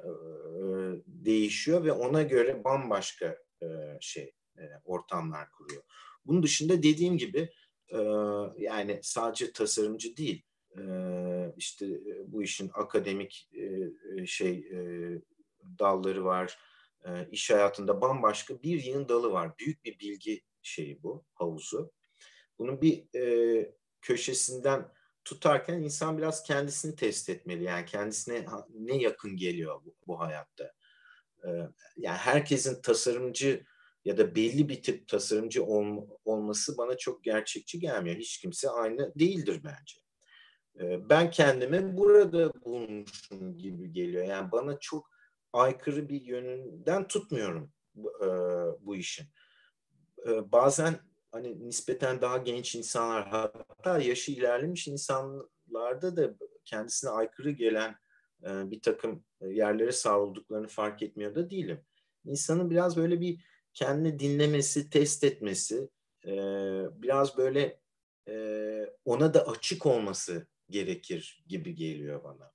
değişiyor ve ona göre bambaşka e, şey e, ortamlar kuruyor. Bunun dışında dediğim gibi e, yani sadece tasarımcı değil, e, işte bu işin akademik e, şey e, dalları var. E, iş hayatında bambaşka bir yığın dalı var. Büyük bir bilgi şeyi bu, havuzu. Bunun bir e, köşesinden tutarken insan biraz kendisini test etmeli. Yani kendisine ne yakın geliyor bu, bu hayatta. E, yani herkesin tasarımcı ya da belli bir tip tasarımcı ol, olması bana çok gerçekçi gelmiyor. Hiç kimse aynı değildir bence. E, ben kendimi burada bulmuşum gibi geliyor. Yani bana çok aykırı bir yönünden tutmuyorum bu, e, bu işin. E, bazen hani nispeten daha genç insanlar, hatta yaşı ilerlemiş insanlarda da kendisine aykırı gelen e, bir takım yerlere savrulduklarını fark etmiyor da değilim. İnsanın biraz böyle bir kendini dinlemesi, test etmesi, e, biraz böyle e, ona da açık olması gerekir gibi geliyor bana.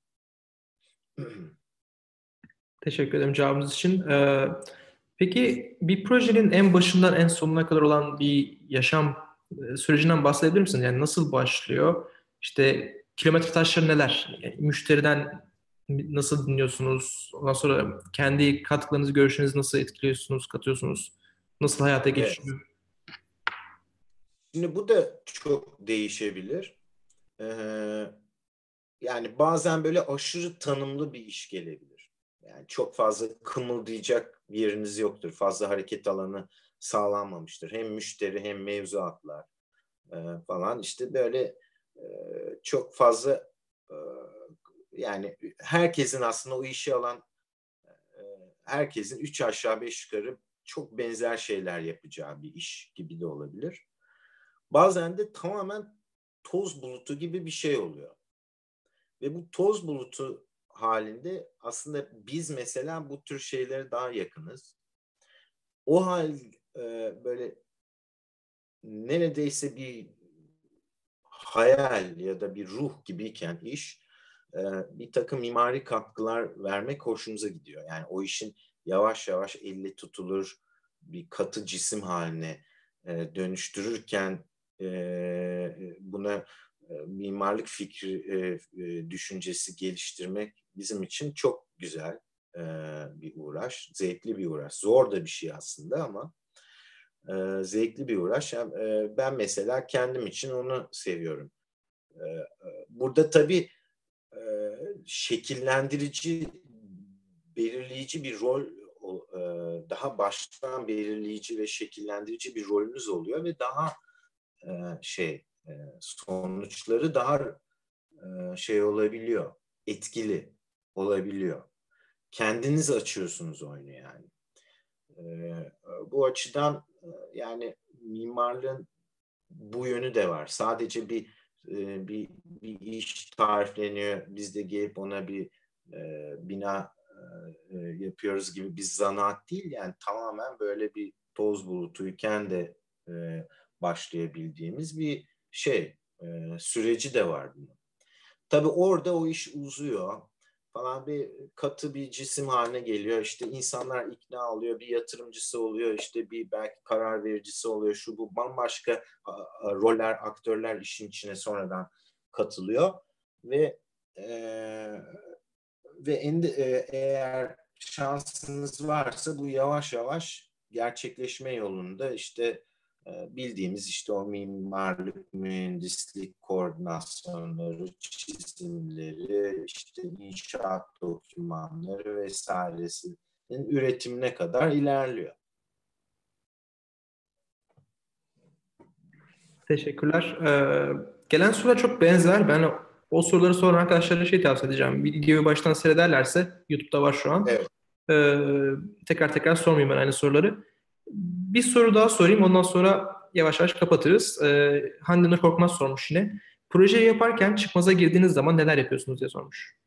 Teşekkür ederim cevabınız için. Ee, peki bir projenin en başından en sonuna kadar olan bir yaşam e, sürecinden bahsedebilir misiniz? Yani nasıl başlıyor? İşte kilometre taşları neler? Yani müşteriden nasıl dinliyorsunuz? Ondan sonra kendi katkılarınızı, görüşlerinizi nasıl etkiliyorsunuz, katıyorsunuz? Nasıl hayata Evet. geçiyor? Şimdi bu da çok değişebilir. Ee, Yani bazen böyle aşırı tanımlı bir iş gelebilir. Yani çok fazla kımıldayacak bir yeriniz yoktur. Fazla hareket alanı sağlanmamıştır. Hem müşteri hem mevzuatlar e, falan. İşte böyle e, çok fazla e, yani herkesin aslında o işi alan e, herkesin üç aşağı beş yukarı çok benzer şeyler yapacağı bir iş gibi de olabilir. Bazen de tamamen toz bulutu gibi bir şey oluyor. Ve bu toz bulutu halinde aslında biz mesela bu tür şeylere daha yakınız. O hal e, böyle neredeyse bir hayal ya da bir ruh gibiyken iş e, bir takım mimari katkılar vermek hoşumuza gidiyor. Yani o işin yavaş yavaş elle tutulur bir katı cisim haline e, dönüştürürken e, buna e, mimarlık fikri, e, e, düşüncesi geliştirmek bizim için çok güzel e, bir uğraş, zevkli bir uğraş. Zor da bir şey aslında ama e, zevkli bir uğraş. Yani, e, ben mesela kendim için onu seviyorum. E, burada tabii e, şekillendirici, belirleyici bir rol, e, daha baştan belirleyici ve şekillendirici bir rolünüz oluyor ve daha e, şey e, sonuçları daha e, şey olabiliyor, etkili olabiliyor. Kendiniz açıyorsunuz oyunu yani. E, bu açıdan e, yani mimarlığın bu yönü de var. Sadece bir e, bir, bir iş tarifleniyor. Biz de gelip ona bir e, bina e, yapıyoruz gibi bir zanaat değil. Yani tamamen böyle bir toz bulutuyken de e, başlayabildiğimiz bir şey. E, süreci de var bunun. Tabii orada o iş uzuyor falan, bir katı bir cisim haline geliyor. İşte insanlar ikna oluyor, bir yatırımcısı oluyor, işte bir belki karar vericisi oluyor, şu bu bambaşka roller, aktörler işin içine sonradan katılıyor ve e, ve en de, e, eğer şansınız varsa bu yavaş yavaş gerçekleşme yolunda işte e, bildiğimiz işte o mimarlık, mühendislik koordinasyonları, çizimleri, işte inşaat dokümanları vesairesinin üretimine kadar ilerliyor. Teşekkürler. Ee, gelen sorular çok benzer. Ben o soruları soran arkadaşlara şey tavsiye edeceğim. Videoyu baştan seyrederlerse, YouTube'da var şu an. Evet. Ee, tekrar tekrar sormayayım ben aynı soruları. Bir soru daha sorayım. Ondan sonra yavaş yavaş kapatırız. Ee, Hande Nur Korkmaz sormuş yine. Projeyi yaparken çıkmaza girdiğiniz zaman neler yapıyorsunuz diye sormuş.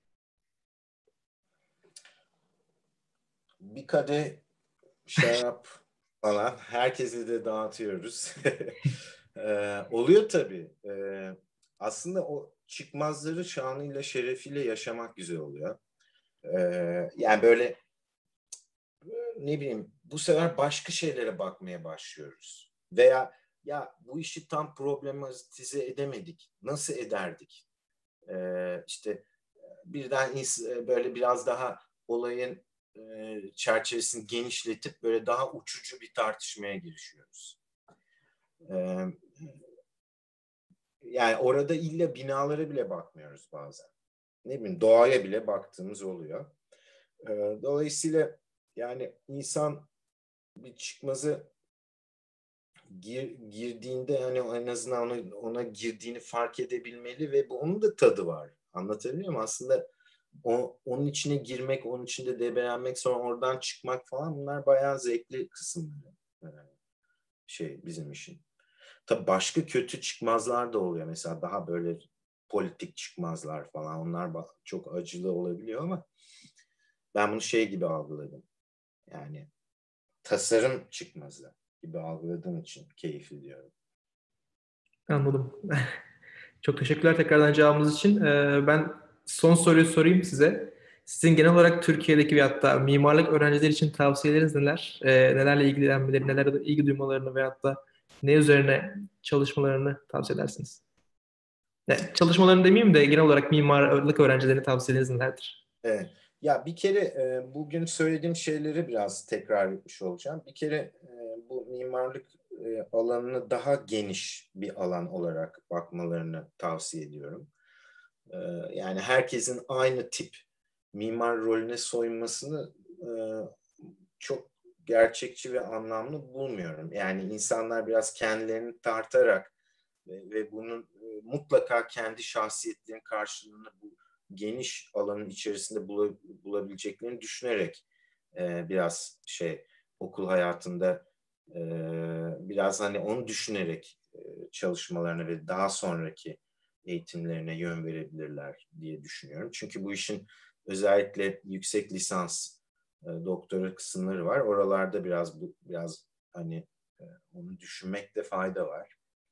Bir kadeh şarap falan herkese de dağıtıyoruz. ee, oluyor tabii. Ee, aslında o çıkmazları şanıyla şerefiyle yaşamak güzel oluyor. Ee, yani böyle ne bileyim bu sefer başka şeylere bakmaya başlıyoruz. Veya ya bu işi tam problematize edemedik. Nasıl ederdik? Ee, işte birden böyle biraz daha olayın e, çerçevesini genişletip böyle daha uçucu bir tartışmaya girişiyoruz. Ee, yani orada illa binalara bile bakmıyoruz bazen. Ne bileyim doğaya bile baktığımız oluyor. Ee, dolayısıyla yani insan bir çıkmazı gir, girdiğinde yani en azından ona, ona girdiğini fark edebilmeli ve bu, onun da tadı var. Anlatabiliyor muyum? Aslında o, onun içine girmek, onun içinde debelenmek, sonra oradan çıkmak falan bunlar bayağı zevkli kısımları. Şey bizim işin. Tabii başka kötü çıkmazlar da oluyor. Mesela daha böyle politik çıkmazlar falan. Onlar çok acılı olabiliyor ama ben bunu şey gibi algıladım. Yani tasarım çıkmazı gibi algıladığım için keyifli diyorum. Anladım. Çok teşekkürler tekrardan cevabınız için. Ee, ben son soruyu sorayım size. Sizin genel olarak Türkiye'deki ve hatta mimarlık öğrencileri için tavsiyeleriniz neler? Ee, nelerle ilgilenmeleri, nelerle ilgi duymalarını ve hatta ne üzerine çalışmalarını tavsiye edersiniz? Yani çalışmalarını demeyeyim de genel olarak mimarlık öğrencilerine tavsiyeleriniz nelerdir? Evet. Ya bir kere e, bugün söylediğim şeyleri biraz tekrar etmiş olacağım. Bir kere e, bu mimarlık e, alanını daha geniş bir alan olarak bakmalarını tavsiye ediyorum. E, yani herkesin aynı tip mimar rolüne soyunmasını e, çok gerçekçi ve anlamlı bulmuyorum. Yani insanlar biraz kendilerini tartarak ve, ve bunun e, mutlaka kendi şahsiyetlerinin karşılığını bu geniş alanın içerisinde bulabileceklerini düşünerek e, biraz şey okul hayatında e, biraz hani onu düşünerek e, çalışmalarına ve daha sonraki eğitimlerine yön verebilirler diye düşünüyorum. Çünkü bu işin özellikle yüksek lisans e, doktora kısımları var. Oralarda biraz biraz hani e, onu düşünmekte fayda var.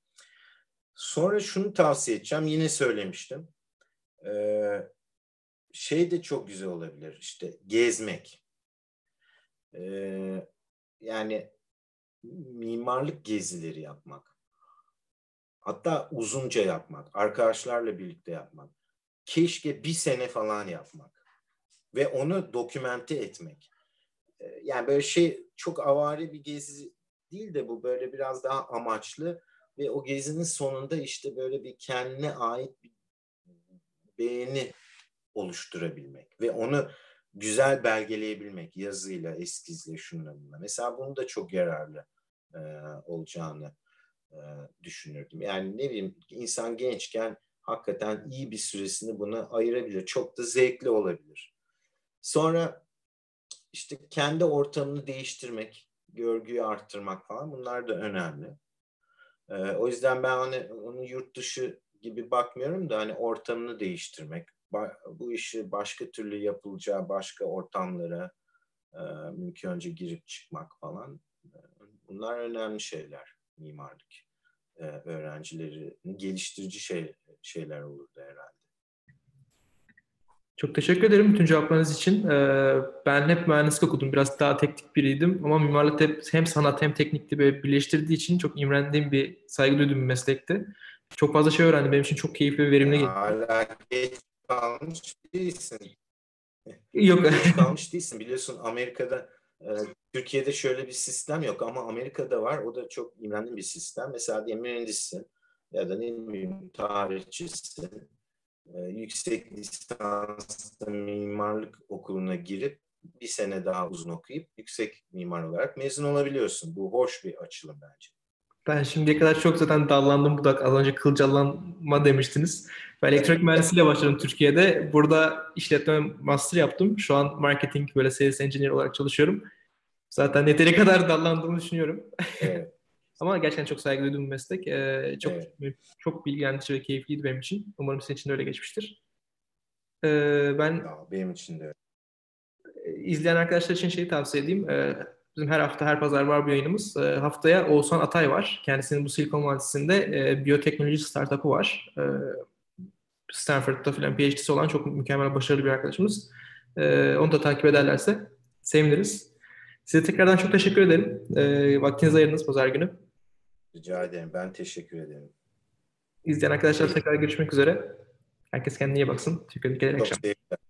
Sonra şunu tavsiye edeceğim. Yine söylemiştim. Ee, şey de çok güzel olabilir. İşte gezmek. Ee, yani mimarlık gezileri yapmak. Hatta uzunca yapmak. Arkadaşlarla birlikte yapmak. Keşke bir sene falan yapmak. Ve onu dokümente etmek. Ee, yani böyle şey çok avari bir gezi değil de bu böyle biraz daha amaçlı ve o gezinin sonunda işte böyle bir kendine ait bir beğeni oluşturabilmek ve onu güzel belgeleyebilmek yazıyla, eskizle, şununla bununla. Mesela bunu da çok yararlı e, olacağını e, düşünürdüm. Yani ne bileyim insan gençken hakikaten iyi bir süresini buna ayırabilir. Çok da zevkli olabilir. Sonra işte kendi ortamını değiştirmek, görgüyü arttırmak falan bunlar da önemli. E, o yüzden ben hani onu yurt dışı gibi bakmıyorum da hani ortamını değiştirmek, bu işi başka türlü yapılacağı başka ortamlara e, mümkün önce girip çıkmak falan. E, bunlar önemli şeyler mimarlık e, öğrencilerini geliştirici şey, şeyler olurdu herhalde. Çok teşekkür ederim bütün cevaplarınız için. Ee, ben hep mühendislik okudum. Biraz daha teknik biriydim. Ama mimarlık hep hem sanat hem teknikti böyle birleştirdiği için çok imrendiğim bir, saygı duyduğum bir meslekti. Çok fazla şey öğrendim. Benim için çok keyifli ve verimli geçti. Hala geç kalmış değilsin. Yok. Geç kalmış değilsin. Biliyorsun Amerika'da, e, Türkiye'de şöyle bir sistem yok ama Amerika'da var. O da çok imrenli bir sistem. Mesela diye mühendissin ya da ne bileyim tarihçisin. E, yüksek lisansta mimarlık okuluna girip bir sene daha uzun okuyup yüksek mimar olarak mezun olabiliyorsun. Bu hoş bir açılım bence. Ben şimdiye kadar çok zaten dallandım budak. Az önce kılcallanma demiştiniz. Ben elektronik mühendisliğiyle başladım Türkiye'de. Burada işletme master yaptım. Şu an marketing böyle sales engineer olarak çalışıyorum. Zaten yeteri kadar dallandığımı düşünüyorum. Evet, Ama gerçekten çok saygı duyduğum bir meslek. Ee, çok evet. çok bilgilendirici ve keyifliydi benim için. Umarım sizin için de öyle geçmiştir. Ee, ben Ya, benim için de öyle. izleyen arkadaşlar için şeyi tavsiye edeyim. Ee, bizim her hafta, her pazar var bir yayınımız. Ee, haftaya Oğuzhan Atay var. Kendisinin bu Silikon Vadisi'nde e, biyoteknoloji startup'ı var. Ee, Stanford'da falan PhD'si olan çok mükemmel, başarılı bir arkadaşımız. Ee, onu da takip ederlerse seviniriz. Size tekrardan çok teşekkür ederim. Ee, vaktinizi ayırdınız pazar günü. Rica ederim. Ben teşekkür ederim. İzleyen arkadaşlar tekrar görüşmek üzere. Herkes kendine iyi baksın. Teşekkür ederim. Çok sevgiler.